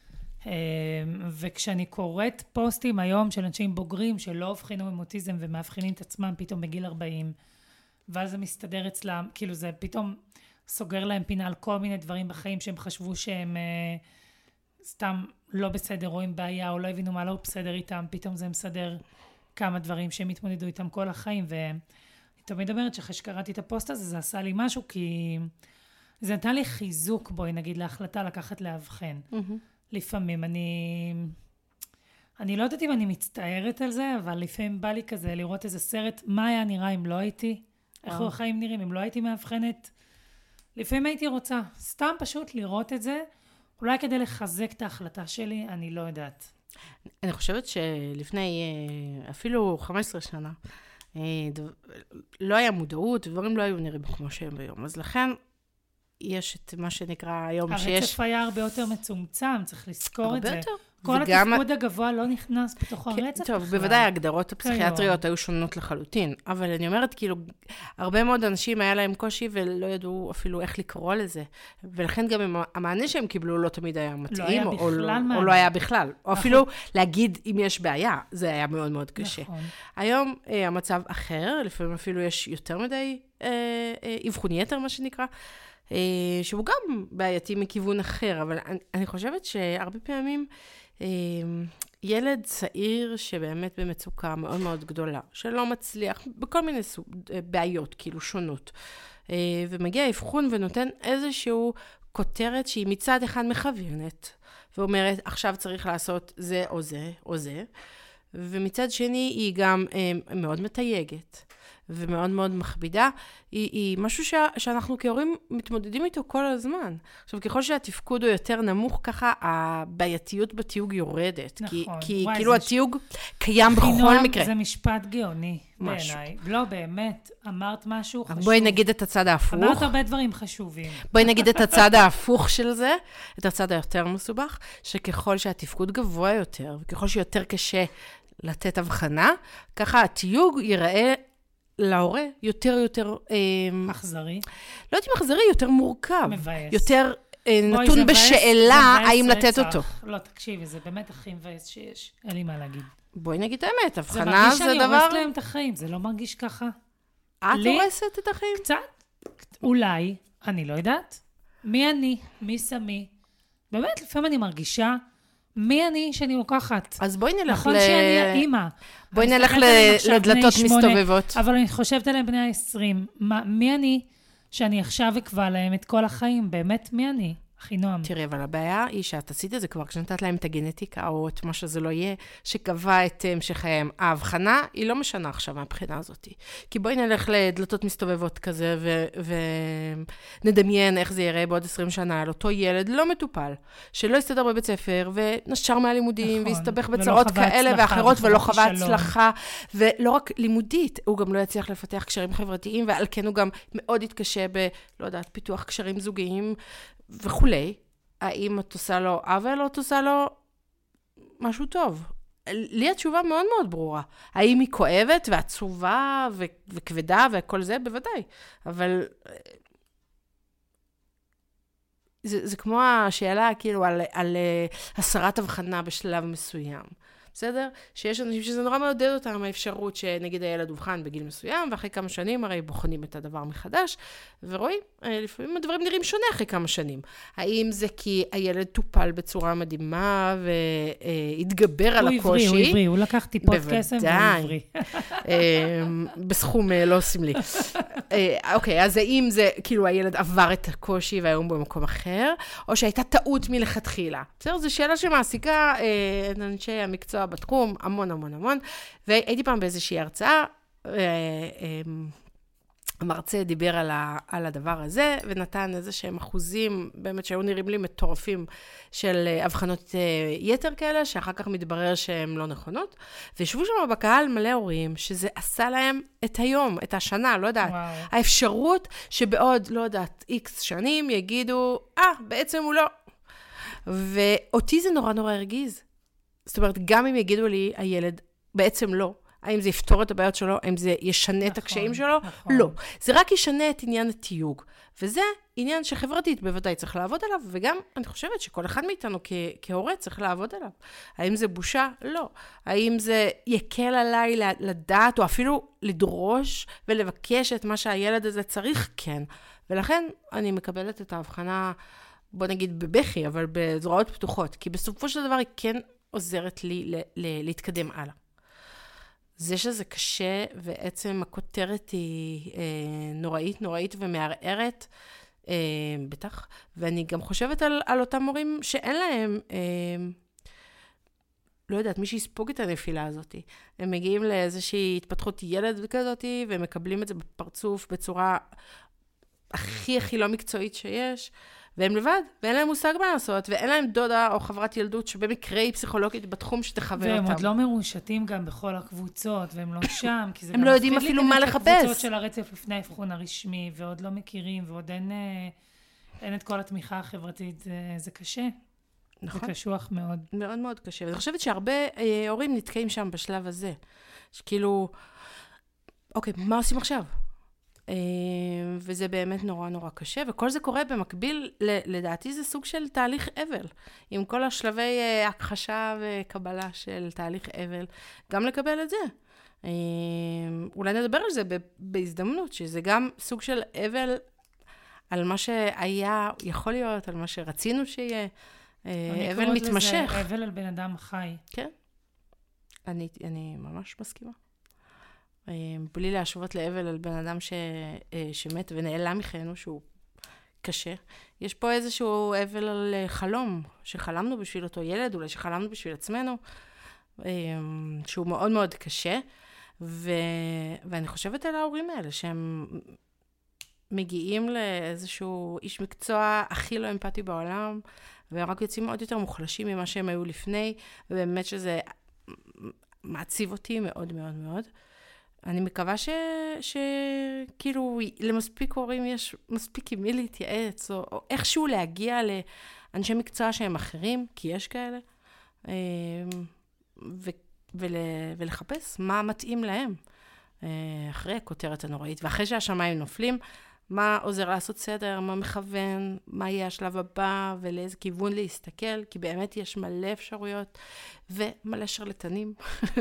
וכשאני קוראת פוסטים היום של אנשים בוגרים שלא הבחינו עם אוטיזם ומאבחנים את עצמם פתאום בגיל ארבעים, ואז זה מסתדר אצלם, כאילו זה פתאום סוגר להם פינה על כל מיני דברים בחיים שהם חשבו שהם סתם לא בסדר או עם בעיה או לא הבינו מה לא בסדר איתם, פתאום זה מסדר כמה דברים שהם התמודדו איתם כל החיים. ואני תמיד אומרת שאחרי שקראתי את הפוסט הזה זה עשה לי משהו, כי זה נתן לי חיזוק, בואי נגיד, להחלטה לקחת להבחן. Mm-hmm. לפעמים אני, אני לא יודעת אם אני מצטערת על זה, אבל לפעמים בא לי כזה לראות איזה סרט, מה היה נראה אם לא הייתי, איך החיים נראים אם לא הייתי מאבחנת. לפעמים הייתי רוצה, סתם פשוט לראות את זה, אולי כדי לחזק את ההחלטה שלי, אני לא יודעת. אני חושבת שלפני אפילו חמש עשרה שנה, לא היה מודעות, דברים לא היו נראים כמו שהם ביום, אז לכן יש את מה שנקרא היום שיש... הרצף היה הרבה יותר מצומצם, צריך לזכור את זה. הרבה יותר. כל התפקוד הגבוה לא נכנס בתוך הרצף בכלל. טוב, בוודאי ההגדרות הפסיכיאטריות היו שונות לחלוטין, אבל אני אומרת, כאילו, הרבה מאוד אנשים היה להם קושי ולא ידעו אפילו איך לקרוא לזה, ולכן גם המענה שהם קיבלו לא תמיד היה מתאים, או לא היה בכלל, או אפילו להגיד אם יש בעיה, זה היה מאוד מאוד קשה. היום המצב אחר, לפעמים אפילו יש יותר מדי אבחון יתר, מה שנקרא, שהוא גם בעייתי מכיוון אחר, אבל אני, אני חושבת שהרבה פעמים ילד צעיר שבאמת במצוקה מאוד מאוד גדולה, שלא מצליח, בכל מיני סוג, בעיות כאילו שונות, ומגיע האבחון ונותן איזשהו כותרת שהיא מצד אחד מכוונת, ואומרת, עכשיו צריך לעשות זה או זה או זה, ומצד שני היא גם מאוד מתייגת. ומאוד מאוד מכבידה, היא, היא משהו ש, שאנחנו כהורים מתמודדים איתו כל הזמן. עכשיו, ככל שהתפקוד הוא יותר נמוך, ככה הבעייתיות בתיוג יורדת. נכון. כי, כי וואי, כאילו התיוג ש... קיים בכל חינום, מקרה. זה משפט גאוני בעיניי. לא, באמת, אמרת משהו חשוב. בואי נגיד את הצד ההפוך. אמרת הרבה דברים חשובים. בואי נגיד את הצד ההפוך של זה, את הצד היותר מסובך, שככל שהתפקוד גבוה יותר, וככל שיותר קשה לתת הבחנה, ככה התיוג ייראה להורה יותר יותר... מחזרי. לא יודעת אם מחזרי, יותר מורכב. מבאס. יותר נתון בשאלה האם לתת אותו. לא, תקשיבי, זה באמת הכי מבאס שיש. אין לי מה להגיד. בואי נגיד האמת, הבחנה זה דבר... זה מרגיש שאני הורסת להם את החיים, זה לא מרגיש ככה. את הורסת את החיים? קצת. אולי, אני לא יודעת. מי אני? מי שמי? באמת, לפעמים אני מרגישה... מי אני שאני לוקחת? אז בואי נלך נכון ל... שאני האמא. בואי נלך לדלתות מסתובבות. אבל אני חושבת עליהם בני ה-עשרים. מי אני שאני עכשיו אקבע להם את כל החיים? באמת, מי אני? חינום. תראי, אבל הבעיה היא שאת עשית את זה כבר, כשנתת להם את הגנטיקה, או את מה שזה לא יהיה, שקבע את המשך חייהם. ההבחנה היא לא משנה עכשיו מהבחינה הזאת. כי בואי נלך לדלתות מסתובבות כזה, ונדמיין איך זה יראה בעוד עשרים שנה, על אותו ילד לא מטופל, שלא יסתדר בבית ספר, ונשר מהלימודים, נכון, והסתבך בצרות כאלה ואחרות, ולא חווה הצלחה, ולא רק לימודית, הוא גם לא יצליח לפתח קשרים חברתיים, ועל כן הוא גם מאוד יתקשה ב, לא יודעת, פיתוח קשרים זוגיים, וכולי, האם את עושה לו עוול או את עושה לו משהו טוב? לי התשובה מאוד מאוד ברורה. האם היא כואבת ועצובה ו- וכבדה וכל זה? בוודאי. אבל זה, זה כמו השאלה כאילו על, על הסרת הבחנה בשלב מסוים. בסדר? שיש אנשים שזה נורא מעודד אותם, האפשרות שנגיד הילד אובחן בגיל מסוים, ואחרי כמה שנים הרי בוחנים את הדבר מחדש, ורואים, לפעמים הדברים נראים שונה אחרי כמה שנים. האם זה כי הילד טופל בצורה מדהימה, והתגבר על הקושי? הוא עברי, הוא עברי, הוא לקח טיפות קסם והוא עברי. בסכום לא עושים לי. אוקיי, אז האם זה כאילו הילד עבר את הקושי והיום במקום אחר, או שהייתה טעות מלכתחילה? בסדר? זו שאלה שמעסיקה את אנשי המקצוע בתחום, המון המון המון, והייתי פעם באיזושהי הרצאה, המרצה דיבר על, ה, על הדבר הזה, ונתן איזה שהם אחוזים, באמת שהיו נראים לי מטורפים, של הבחנות יתר כאלה, שאחר כך מתברר שהן לא נכונות, וישבו שם בקהל מלא הורים, שזה עשה להם את היום, את השנה, לא יודעת, וואו. האפשרות שבעוד, לא יודעת, איקס שנים יגידו, אה, בעצם הוא לא. ואותי זה נורא נורא הרגיז. זאת אומרת, גם אם יגידו לי, הילד בעצם לא, האם זה יפתור את הבעיות שלו, האם זה ישנה נכון, את הקשיים שלו? נכון. לא. זה רק ישנה את עניין התיוג. וזה עניין שחברתית בוודאי צריך לעבוד עליו, וגם אני חושבת שכל אחד מאיתנו כ- כהורה צריך לעבוד עליו. האם זה בושה? לא. האם זה יקל עליי לדעת, או אפילו לדרוש ולבקש את מה שהילד הזה צריך? כן. ולכן אני מקבלת את ההבחנה, בוא נגיד בבכי, אבל בזרועות פתוחות, כי בסופו של דבר היא כן עוזרת לי ל- ל- להתקדם הלאה. זה שזה קשה, ועצם הכותרת היא אה, נוראית, נוראית ומערערת, אה, בטח. ואני גם חושבת על, על אותם מורים שאין להם, אה, לא יודעת, מי שיספוג את הנפילה הזאת. הם מגיעים לאיזושהי התפתחות ילד כזאת, ומקבלים את זה בפרצוף בצורה הכי הכי לא מקצועית שיש, והם לבד, ואין להם מושג מה לעשות, ואין להם דודה או חברת ילדות שבמקרה היא פסיכולוגית בתחום שתחווה אותם. והם עוד לא מרושתים גם בכל הקבוצות, והם לא שם, כי זה הם לא יודעים אפילו מה לחפש. הקבוצות של הרצף לפני האבחון הרשמי, ועוד לא מכירים, ועוד אין, אין את כל התמיכה החברתית, זה, זה קשה. נכון. זה קשוח מאוד. מאוד מאוד קשה. ואני חושבת שהרבה אה, הורים נתקעים שם בשלב הזה. שכאילו, אוקיי, מה עושים עכשיו? וזה באמת נורא נורא קשה, וכל זה קורה במקביל, לדעתי זה סוג של תהליך אבל, עם כל השלבי הכחשה וקבלה של תהליך אבל, גם לקבל את זה. אולי נדבר על זה בהזדמנות, שזה גם סוג של אבל על מה שהיה, יכול להיות, על מה שרצינו שיהיה, אבל מתמשך. אני קוראת לזה אבל על בן אדם חי. כן, אני, אני ממש מסכימה. בלי להשוות לאבל על בן אדם ש, שמת ונעלם מחיינו, שהוא קשה. יש פה איזשהו אבל על חלום, שחלמנו בשביל אותו ילד, אולי שחלמנו בשביל עצמנו, שהוא מאוד מאוד קשה, ו, ואני חושבת על ההורים האלה, שהם מגיעים לאיזשהו איש מקצוע הכי לא אמפתי בעולם, והם רק יוצאים עוד יותר מוחלשים ממה שהם היו לפני, ובאמת שזה מעציב אותי מאוד מאוד מאוד. אני מקווה ש... שכאילו למספיק הורים יש מספיק עם מי להתייעץ, או, או איכשהו להגיע לאנשי מקצוע שהם אחרים, כי יש כאלה, ו... ול... ולחפש מה מתאים להם, אחרי הכותרת הנוראית, ואחרי שהשמיים נופלים, מה עוזר לעשות סדר, מה מכוון, מה יהיה השלב הבא, ולאיזה כיוון להסתכל, כי באמת יש מלא אפשרויות, ומלא שרלטנים.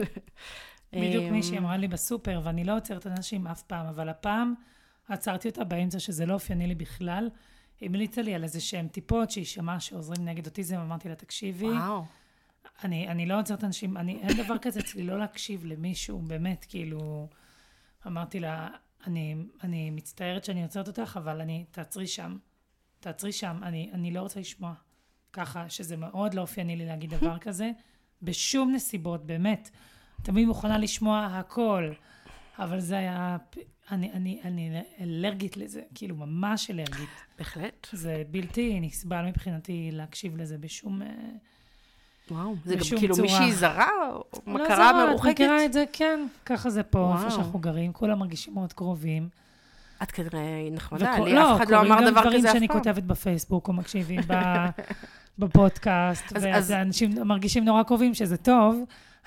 בדיוק מישהי אמרה לי בסופר, ואני לא עוצרת אנשים אף פעם, אבל הפעם עצרתי אותה באמצע שזה לא אופייני לי בכלל, המליצה לי על איזה שהם טיפות שהיא שמעה שעוזרים נגד אוטיזם, אמרתי לה, תקשיבי, וואו. אני, אני לא עוצרת אנשים, אני, אין דבר כזה אצלי לא להקשיב למישהו, באמת, כאילו, אמרתי לה, אני, אני מצטערת שאני עוצרת אותך, אבל אני, תעצרי שם, תעצרי שם, אני, אני לא רוצה לשמוע, ככה שזה מאוד לא אופייני לי להגיד דבר כזה, בשום נסיבות, באמת, תמיד מוכנה לשמוע הכל, אבל זה היה, אני, אני, אני אלרגית לזה, כאילו ממש אלרגית. בהחלט. זה בלתי נסבל מבחינתי להקשיב לזה בשום, וואו, זה בשום גם כאילו צורה. מישהי זרה, או לא מכרה זרה, את מרוחקת? מכירה את זה, כן, ככה זה פה, וואו. איפה שאנחנו גרים, כולם מרגישים מאוד קרובים. את כנראה נחמדה, וכו- לי אף אחד לא אמר דבר קוראים גם כזה דברים אף שאני פעם. כותבת בפייסבוק, או מקשיבים ב- בפודקאסט, אז- אז- ואנשים מרגישים נורא קרובים שזה טוב,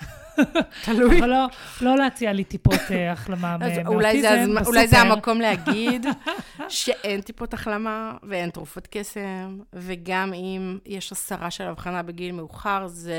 תלוי. אבל לא, לא להציע לי טיפות אה, החלמה אז מאוטיזם אולי זה הזמן- אולי זה בסופר. המקום להגיד שאין טיפות החלמה ואין תרופות קסם, וגם אם יש הסרה של הבחנה בגיל מאוחר, זה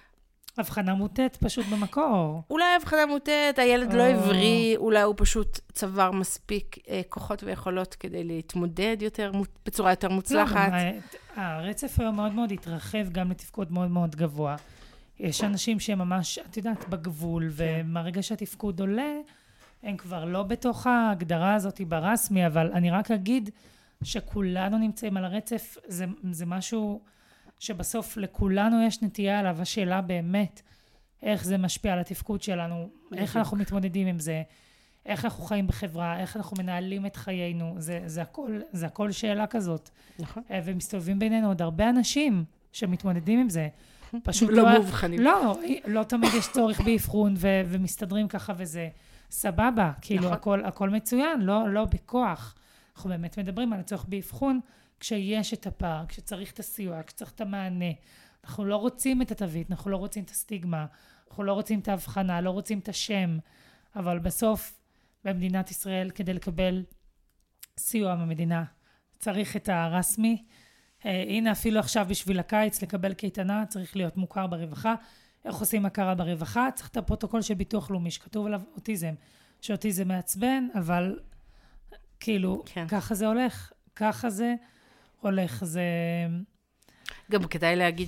הבחנה מוטט פשוט במקור. אולי הבחנה מוטט, הילד לא או. עברי, אולי הוא פשוט צבר מספיק אה, כוחות ויכולות כדי להתמודד יותר, מו- בצורה יותר לא, מוצלחת. גם, אה, הרצף היום מאוד מאוד התרחב גם לתפקוד מאוד מאוד גבוה. יש אנשים שהם ממש, את יודעת, בגבול, ומהרגע שהתפקוד עולה, הם כבר לא בתוך ההגדרה הזאת ברסמי, אבל אני רק אגיד שכולנו נמצאים על הרצף, זה, זה משהו שבסוף לכולנו יש נטייה עליו, השאלה באמת, איך זה משפיע על התפקוד שלנו, איך אנחנו מתמודדים עם זה, איך אנחנו חיים בחברה, איך אנחנו מנהלים את חיינו, זה, זה הכל, זה הכל שאלה כזאת. נכון. ומסתובבים בינינו עוד הרבה אנשים שמתמודדים עם זה. פשוט לא מאובחנים. לא, לא תמיד יש צורך באבחון ו- ומסתדרים ככה וזה סבבה, כאילו נכון. הכל, הכל מצוין, לא, לא בכוח. אנחנו באמת מדברים על הצורך באבחון, כשיש את הפער, כשצריך את הסיוע, כשצריך את המענה. אנחנו לא רוצים את התווית, אנחנו לא רוצים את הסטיגמה, אנחנו לא רוצים את ההבחנה, לא רוצים את השם, אבל בסוף במדינת ישראל כדי לקבל סיוע מהמדינה צריך את הרסמי. אה, הנה אפילו עכשיו בשביל הקיץ לקבל קייטנה צריך להיות מוכר ברווחה. איך עושים הכרה ברווחה? צריך את הפרוטוקול של ביטוח לאומי שכתוב עליו אוטיזם, שאוטיזם מעצבן, אבל כאילו כן. ככה זה הולך, ככה זה הולך, זה גם כדאי להגיד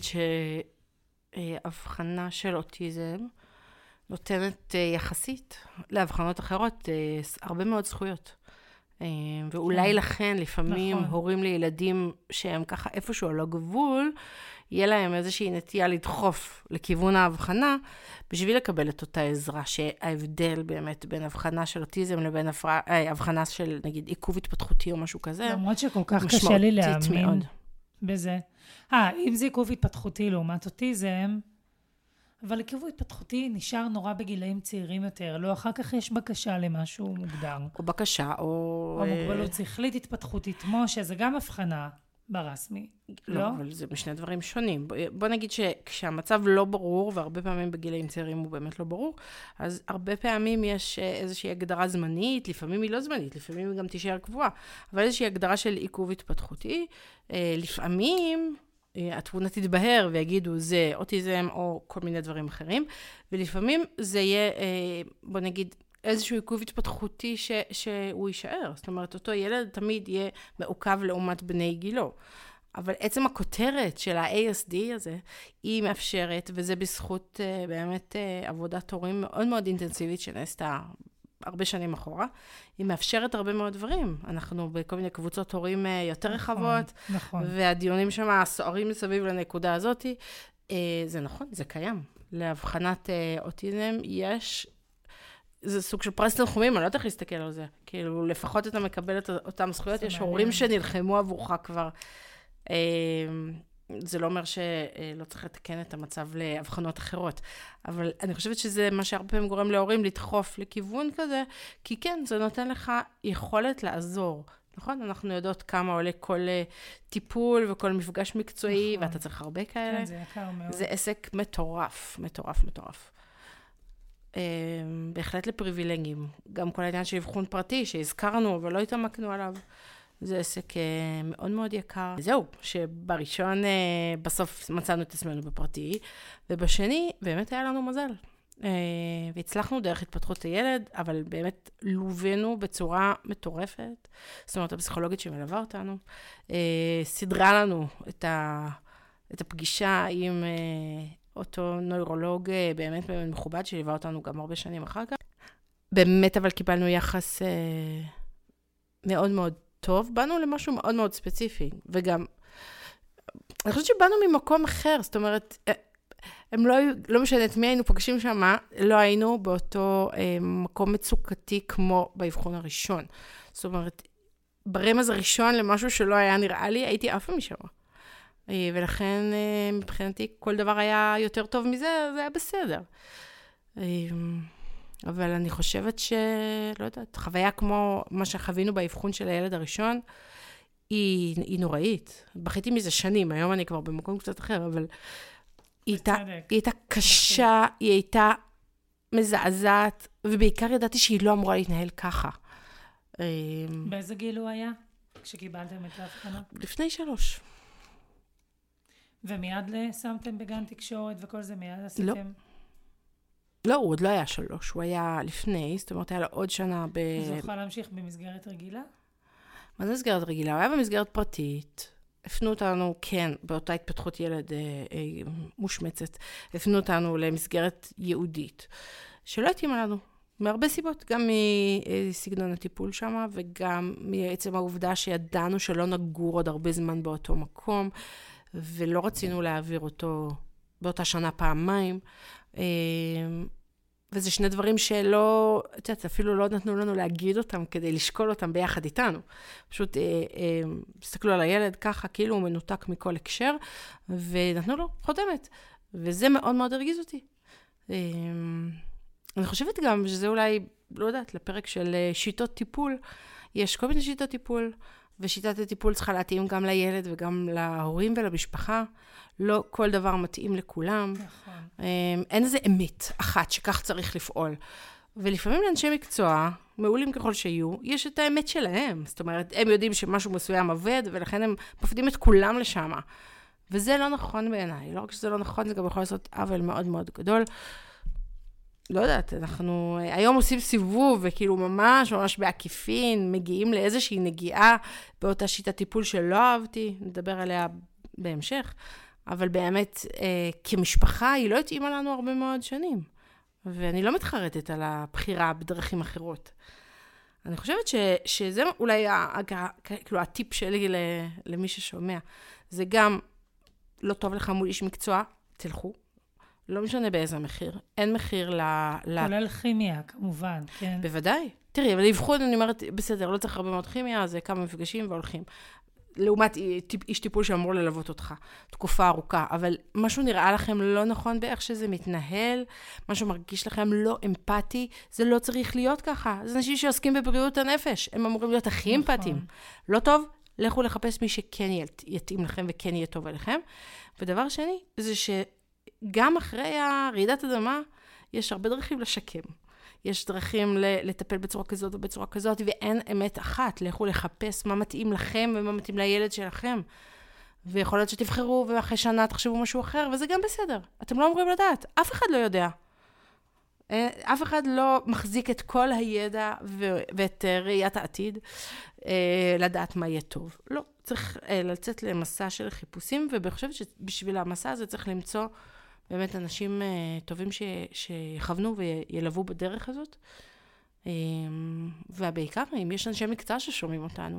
שהבחנה של אוטיזם נותנת אה, יחסית להבחנות אחרות אה, הרבה מאוד זכויות. אה, ואולי כן. לכן לפעמים נכון. הורים לילדים שהם ככה איפשהו על הגבול, יהיה להם איזושהי נטייה לדחוף לכיוון ההבחנה, בשביל לקבל את אותה עזרה, שההבדל באמת בין הבחנה של אוטיזם לבין הפרעה, אה, הבחנה של נגיד עיכוב התפתחותי או משהו כזה, למרות שכל כך קשה משמעותית לי להאמין מאוד. בזה. אה, אם זה עיכוב התפתחותי לעומת אוטיזם, אבל עיכוב התפתחותי נשאר נורא בגילאים צעירים יותר, לא אחר כך יש בקשה למשהו מוגדר. או בקשה, או... או מוגבלות שכלית התפתחותית, משה, זה גם הבחנה ברסמי, לא, לא? אבל זה משני דברים שונים. בוא, בוא נגיד שכשהמצב לא ברור, והרבה פעמים בגילאים צעירים הוא באמת לא ברור, אז הרבה פעמים יש איזושהי הגדרה זמנית, לפעמים היא לא זמנית, לפעמים היא גם תישאר קבועה, אבל איזושהי הגדרה של עיכוב התפתחותי, לפעמים התבונה תתבהר ויגידו זה אוטיזם או כל מיני דברים אחרים, ולפעמים זה יהיה, בוא נגיד, איזשהו עיכוב התפתחותי ש, שהוא יישאר. זאת אומרת, אותו ילד תמיד יהיה מעוכב לעומת בני גילו. אבל עצם הכותרת של ה-איי אס די הזה, היא מאפשרת, וזה בזכות באמת עבודת הורים מאוד מאוד אינטנסיבית שנעשתה הרבה שנים אחורה, היא מאפשרת הרבה מאוד דברים. אנחנו בכל מיני קבוצות הורים יותר רחבות, נכון. והדיונים שם סוערים מסביב לנקודה הזאת. זה נכון, זה קיים. להבחנת אוטיזם יש, זה סוג של פרס תנחומים, אני לא יודעת להסתכל על זה. כאילו, לפחות אתה מקבל את אותם זכויות, יש הורים שנלחמו עבורך כבר. זה לא אומר שלא צריך לתקן את המצב להבחנות אחרות, אבל אני חושבת שזה מה שהרבה פעמים גורם להורים לדחוף לכיוון כזה, כי כן, זה נותן לך יכולת לעזור. נכון? אנחנו יודעות כמה עולה כל טיפול וכל מפגש מקצועי, נכון. ואתה צריך הרבה כאלה. כן, זה יקר מאוד. זה עסק מטורף, מטורף, מטורף. בהחלט לפריבילגים. גם כל העניין של אבחון פרטי, שהזכרנו, אבל לא התעמקנו עליו. זה עסק מאוד מאוד יקר. זהו, שבראשון בסוף מצאנו את עצמנו בפרטי, ובשני באמת היה לנו מזל. והצלחנו דרך התפתחות הילד, אבל באמת לובנו בצורה מטורפת. זאת אומרת, הפסיכולוגית שמלווה אותנו, סדרה לנו את, ה, את הפגישה עם אותו נוירולוג באמת מכובד, שליווה אותנו גם הרבה שנים אחר כך. באמת אבל קיבלנו יחס מאוד מאוד טוב, באנו למשהו מאוד מאוד ספציפי, וגם, אני חושבת שבאנו ממקום אחר, זאת אומרת, הם לא, לא משנה את מי היינו פגשים שם, לא היינו באותו אה, מקום מצוקתי כמו באבחון הראשון. זאת אומרת, ברמז הראשון למשהו שלא היה נראה לי, הייתי עפה משם. אה, ולכן אה, מבחינתי כל דבר היה יותר טוב מזה, זה היה בסדר. אה, אבל אני חושבת ש... לא יודעת, חוויה כמו מה שחווינו באבחון של הילד הראשון, היא, היא נוראית. בכיתי מזה שנים, היום אני כבר במקום קצת אחר, אבל היא הייתה, היא הייתה קשה, היא הייתה מזעזעת, ובעיקר ידעתי שהיא לא אמורה להתנהל ככה. באיזה גיל הוא היה כשקיבלתם את ההבחנה? לפני שלוש. ומיד שמתם בגן תקשורת וכל זה, מיד עשיתם? לא. לא, הוא עוד לא היה שלוש, הוא היה לפני, זאת אומרת, היה לו עוד שנה ב... אז הוא יכול להמשיך במסגרת רגילה? מה זה מסגרת רגילה? הוא היה במסגרת פרטית, הפנו אותנו, כן, באותה התפתחות ילד אה, אה, מושמצת, הפנו אותנו למסגרת ייעודית, שלא התאימה לנו, מהרבה סיבות, גם מסגנון הטיפול שם, וגם מעצם העובדה שידענו שלא נגור עוד הרבה זמן באותו מקום, ולא רצינו להעביר אותו באותה שנה פעמיים, וזה שני דברים שלא, את יודעת, אפילו לא נתנו לנו להגיד אותם כדי לשקול אותם ביחד איתנו. פשוט הסתכלו על הילד ככה, כאילו הוא מנותק מכל הקשר, ונתנו לו חותמת. וזה מאוד מאוד הרגיז אותי. אני חושבת גם שזה אולי, לא יודעת, לפרק של שיטות טיפול. יש כל מיני שיטות טיפול, ושיטת הטיפול צריכה להתאים גם לילד וגם להורים ולמשפחה. לא כל דבר מתאים לכולם. נכון. אין איזה אמת אחת שכך צריך לפעול. ולפעמים לאנשי מקצוע, מעולים ככל שיהיו, יש את האמת שלהם. זאת אומרת, הם יודעים שמשהו מסוים עובד, ולכן הם מפקידים את כולם לשם. וזה לא נכון בעיניי. לא רק שזה לא נכון, זה גם יכול לעשות עוול מאוד מאוד גדול. לא יודעת, אנחנו היום עושים סיבוב, וכאילו ממש ממש בעקיפין, מגיעים לאיזושהי נגיעה באותה שיטת טיפול שלא אהבתי, נדבר עליה בהמשך. אבל באמת, אה, כמשפחה, היא לא התאימה לנו הרבה מאוד שנים. ואני לא מתחרטת על הבחירה בדרכים אחרות. אני חושבת ש, שזה אולי ה, כאילו, הטיפ שלי למי ששומע. זה גם לא טוב לך מול איש מקצוע, תלכו. לא משנה באיזה מחיר. אין מחיר ל... כולל כימיה, כמובן, כן. בוודאי. תראי, אבל לבחון, אני אומרת, בסדר, לא צריך הרבה מאוד כימיה, זה כמה מפגשים והולכים. לעומת איש טיפול שאמור ללוות אותך, תקופה ארוכה, אבל משהו נראה לכם לא נכון באיך שזה מתנהל, משהו מרגיש לכם לא אמפתי, זה לא צריך להיות ככה. זה אנשים שעוסקים בבריאות הנפש, הם אמורים להיות הכי נכון. אמפתיים. לא טוב, לכו לחפש מי שכן יתאים לכם וכן יהיה טוב אליכם. ודבר שני, זה שגם אחרי הרעידת אדמה, יש הרבה דרכים לשקם. יש דרכים לטפל בצורה כזאת ובצורה כזאת, ואין אמת אחת. לכו לחפש מה מתאים לכם ומה מתאים לילד שלכם. ויכול להיות שתבחרו, ואחרי שנה תחשבו משהו אחר, וזה גם בסדר. אתם לא אמורים לדעת. אף אחד לא יודע. אף אחד לא מחזיק את כל הידע ואת ראיית העתיד, לדעת מה יהיה טוב. לא, צריך לצאת למסע של חיפושים, ואני חושבת שבשביל המסע הזה צריך למצוא באמת אנשים טובים ש, שיכוונו וילוו בדרך הזאת. ובעיקר, אם יש אנשי מקצוע ששומעים אותנו,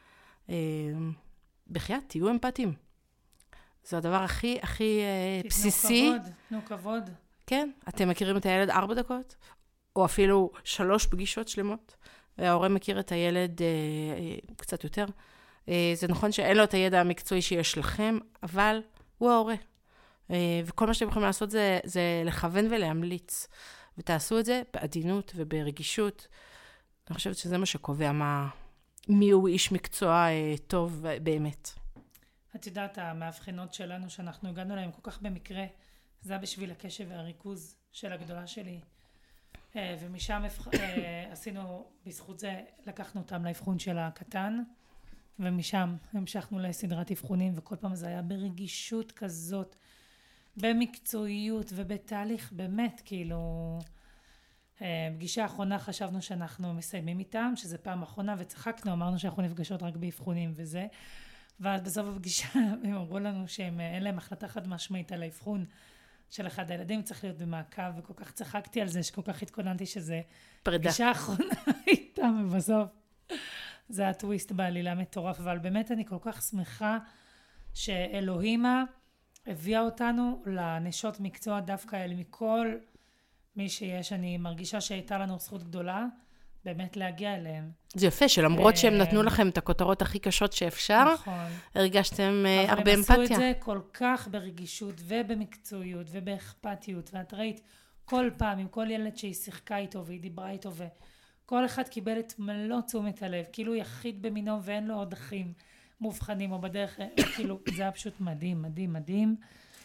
בחייאת, תהיו אמפתיים. זה הדבר הכי, הכי בסיסי. תתנו כבוד, תנו כבוד. כן, אתם מכירים את הילד ארבע דקות, או אפילו שלוש פגישות שלמות, וההורה מכיר את הילד קצת יותר. זה נכון שאין לו את הידע המקצועי שיש לכם, אבל הוא ההורה. וכל מה שאתם יכולים לעשות זה, זה לכוון ולהמליץ. ותעשו את זה בעדינות וברגישות. אני חושבת שזה מה שקובע מה, מי הוא איש מקצוע טוב באמת. את יודעת, המאבחנות שלנו שאנחנו הגענו להם כל כך במקרה, זה היה בשביל הקשב והריכוז של הגדולה שלי. ומשם עשינו, בזכות זה לקחנו אותם לאבחון של הקטן, ומשם המשכנו לסדרת אבחונים, וכל פעם זה היה ברגישות כזאת, במקצועיות ובתהליך באמת, כאילו, פגישה האחרונה חשבנו שאנחנו מסיימים איתם, שזה פעם אחרונה, וצחקנו, אמרנו שאנחנו נפגשות רק באבחונים וזה, ואז בסוף הפגישה הם אמרו לנו שהם אין להם החלטה חד משמעית על האבחון של אחד הילדים, צריך להיות במעקב, וכל כך צחקתי על זה, שכל כך התכוננתי שזה פרידה. פגישה האחרונה איתם, ובסוף זה היה טוויסט בעלילה מטורף, אבל באמת אני כל כך שמחה שאלוהימה הביאה אותנו לנשות מקצוע דווקא אלה מכל מי שיש. אני מרגישה שהייתה לנו זכות גדולה באמת להגיע אליהם. זה יפה, שלמרות שהם נתנו לכם את הכותרות הכי קשות שאפשר, נכון. הרגשתם הרבה אמפתיה. אבל הם עשו את זה כל כך ברגישות ובמקצועיות ובאכפתיות, ואת ראית כל פעם עם כל ילד שהיא שיחקה איתו והיא דיברה איתו, וכל אחד קיבל את מלוא תשומת הלב, כאילו יחיד במינו ואין לו עוד אחים מובחנים או בדרך, כאילו זה היה פשוט מדהים, מדהים, מדהים.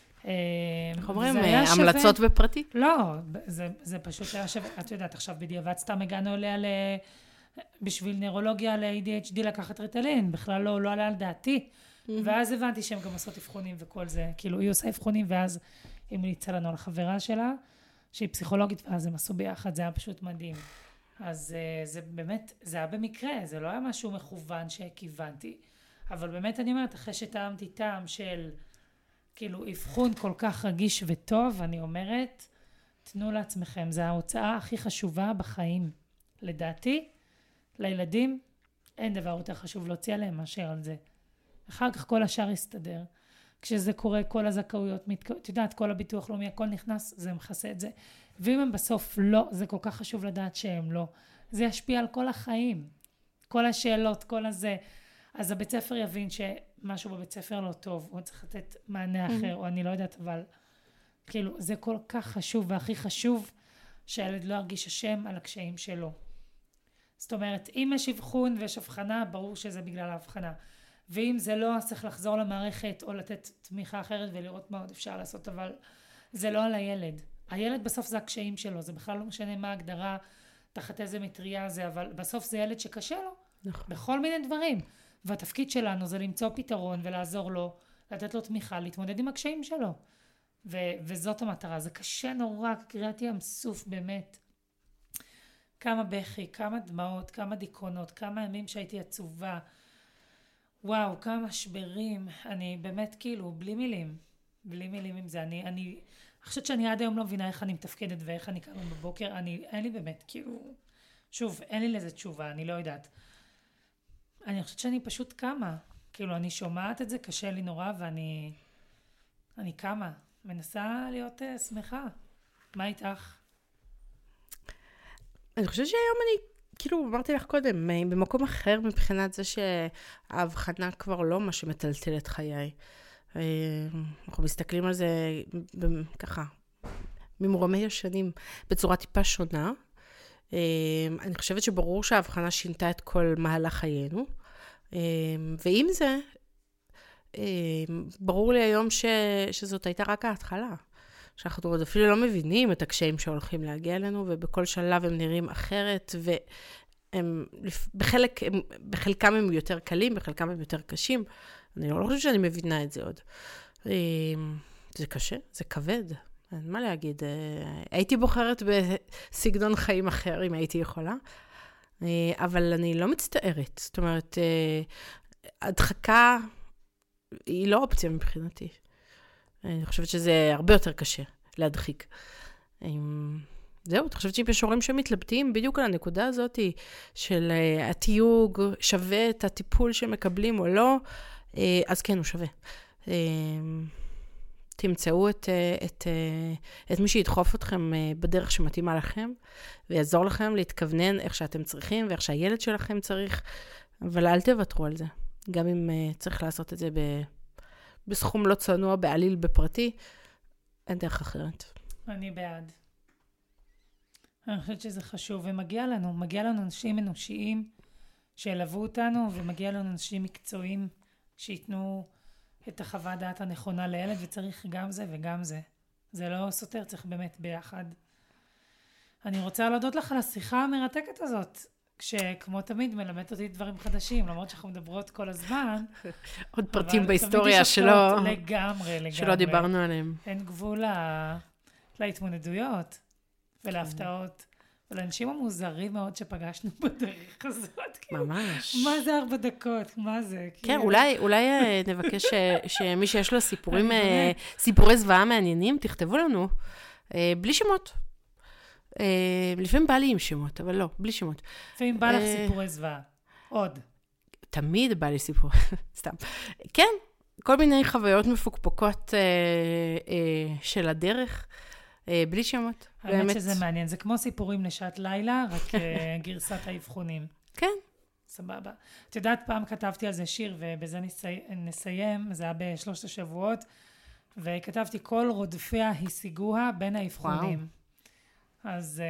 איך אומרים, המלצות בפרטי? לא, זה, זה פשוט היה שווה. את יודעת, עכשיו בדיעבד סתם הגענו אליה ל... בשביל נוירולוגיה ל-איי די אייץ' די לקחת ריטלין, בכלל לא, לא עלה על דעתי. ואז הבנתי שהם גם עושות אבחונים וכל זה, כאילו היא עושה אבחונים, ואז היא מליצה לנו על חברה שלה, שהיא פסיכולוגית, ואז הם עשו ביחד, זה היה פשוט מדהים. אז זה באמת, זה היה במקרה, זה לא היה משהו מכוון שכיוונתי. אבל באמת אני אומרת, אחרי שטעמתי טעם של... כאילו, אבחון כל כך רגיש וטוב, אני אומרת, תנו לעצמכם, זו ההוצאה הכי חשובה בחיים. לדעתי, לילדים, אין דבר יותר חשוב להוציא עליהם מאשר על זה. אחר כך כל השאר יסתדר. כשזה קורה, כל הזכאויות, את יודעת, כל הביטוח לאומי, הכל נכנס, זה מכסה את זה. ואם הם בסוף לא, זה כל כך חשוב לדעת שהם לא. זה ישפיע על כל החיים. כל השאלות, כל הזה. אז הבית ספר יבין שמשהו בבית ספר לא טוב, הוא צריך לתת מענה אחר, או אני לא יודעת, אבל כאילו, זה כל כך חשוב, והכי חשוב שהילד לא ירגיש אשם על הקשיים שלו. זאת אומרת, אם יש אבחון ויש הבחנה, ברור שזה בגלל ההבחנה. ואם זה לא, אז צריך לחזור למערכת, או לתת תמיכה אחרת ולראות מה עוד אפשר לעשות, אבל זה לא על הילד. הילד בסוף זה הקשיים שלו, זה בכלל לא משנה מה ההגדרה, תחת איזה מטריה זה, אבל בסוף זה ילד שקשה לו, נכון. בכל מיני דברים. והתפקיד שלנו זה למצוא פתרון ולעזור לו, לתת לו תמיכה, להתמודד עם הקשיים שלו. ו- וזאת המטרה. זה קשה נורא, קריאת ים סוף באמת. כמה בכי, כמה דמעות, כמה דיכאונות, כמה ימים שהייתי עצובה. וואו, כמה משברים. אני באמת כאילו, בלי מילים. בלי מילים עם זה. אני, אני, אני חושבת שאני עד היום לא מבינה איך אני מתפקדת ואיך אני קמה בבוקר. אני, אין לי באמת, כאילו, שוב, אין לי לזה תשובה, אני לא יודעת. אני חושבת שאני פשוט קמה. כאילו, אני שומעת את זה, קשה לי נורא, ואני אני קמה. מנסה להיות uh, שמחה. מה איתך? אני חושבת שהיום אני, כאילו, אמרתי לך קודם, במקום אחר מבחינת זה שההבחנה כבר לא מה שמטלטל את חיי. אנחנו מסתכלים על זה ככה, ממורמי השנים, בצורה טיפה שונה. אני חושבת שברור שההבחנה שינתה את כל מהלך חיינו. ועם זה, ברור לי היום ש, שזאת הייתה רק ההתחלה. שאנחנו עוד אפילו לא מבינים את הקשיים שהולכים להגיע אלינו, ובכל שלב הם נראים אחרת, והם, בחלק, הם, בחלקם הם יותר קלים, בחלקם הם יותר קשים. אני לא חושבת שאני מבינה את זה עוד. זה קשה, זה כבד. אין מה להגיד. הייתי בוחרת בסגנון חיים אחר, אם הייתי יכולה. אבל אני לא מצטערת. זאת אומרת, הדחקה היא לא אופציה מבחינתי. אני חושבת שזה הרבה יותר קשה להדחיק. זהו, אתה חושבת שאם יש הורים שמתלבטים בדיוק על הנקודה הזאת של uh, התיוג שווה את הטיפול שמקבלים או לא, uh, אז כן, הוא שווה. Uh, תמצאו את, uh, את, uh, את מי שידחוף אתכם uh, בדרך שמתאימה לכם, ויעזור לכם להתכוונן איך שאתם צריכים, ואיך שהילד שלכם צריך, אבל אל תוותרו על זה. גם אם uh, צריך לעשות את זה ב, בסכום לא צנוע, בעליל בפרטי, אין דרך אחרת. אני בעד. אני חושבת שזה חשוב, ומגיע לנו, מגיע לנו אנשים אנושיים שילוו אותנו, ומגיע לנו אנשים מקצועיים שיתנו את החוות דעת הנכונה לילד, וצריך גם זה וגם זה. זה לא סותר, צריך באמת ביחד. אני רוצה להודות לך על השיחה המרתקת הזאת, כשכמו תמיד מלמדת אותי דברים חדשים, למרות שאנחנו מדברות כל הזמן. עוד פרטים בהיסטוריה שלא... לגמרי, לגמרי. שלא דיברנו עליהם. אין גבול להתמודדויות. ולהפתעות, ולאנשים המוזרים מאוד שפגשנו בדרך הזאת. ממש. מה זה ארבע דקות? מה זה? כן, אולי, אולי נבקש שמי שיש לו סיפורים, סיפורי זוועה מעניינים, תכתבו לנו, בלי שמות. לפעמים בא לי עם שמות, אבל לא, בלי שמות. לפעמים בא לך סיפורי זוועה. עוד. תמיד בא לי סיפור, סתם. כן, כל מיני חוויות מפוקפקות של הדרך, בלי שמות. האמת שזה מעניין, זה כמו סיפורים לשעת לילה, רק גרסת האבחונים. כן. סבבה. את יודעת, פעם כתבתי על זה שיר, ובזה נסיים, זה היה בשלושת השבועות, וכתבתי כל רודפיה השיגוה בין האבחונים. אז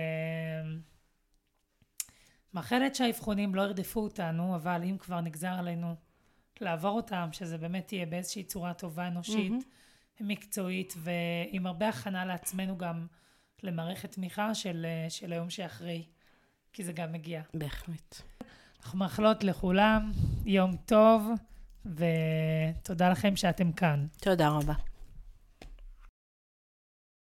מאחלת שהאבחונים לא ירדפו אותנו, אבל אם כבר נגזר עלינו לעבור אותם, שזה באמת יהיה באיזושהי צורה טובה אנושית, מקצועית, ועם הרבה הכנה לעצמנו גם למערכת תמיכה של, של היום שאחרי, כי זה גם מגיע. בהחלט. אנחנו מאחלות לכולם יום טוב, ותודה לכם שאתם כאן. תודה רבה.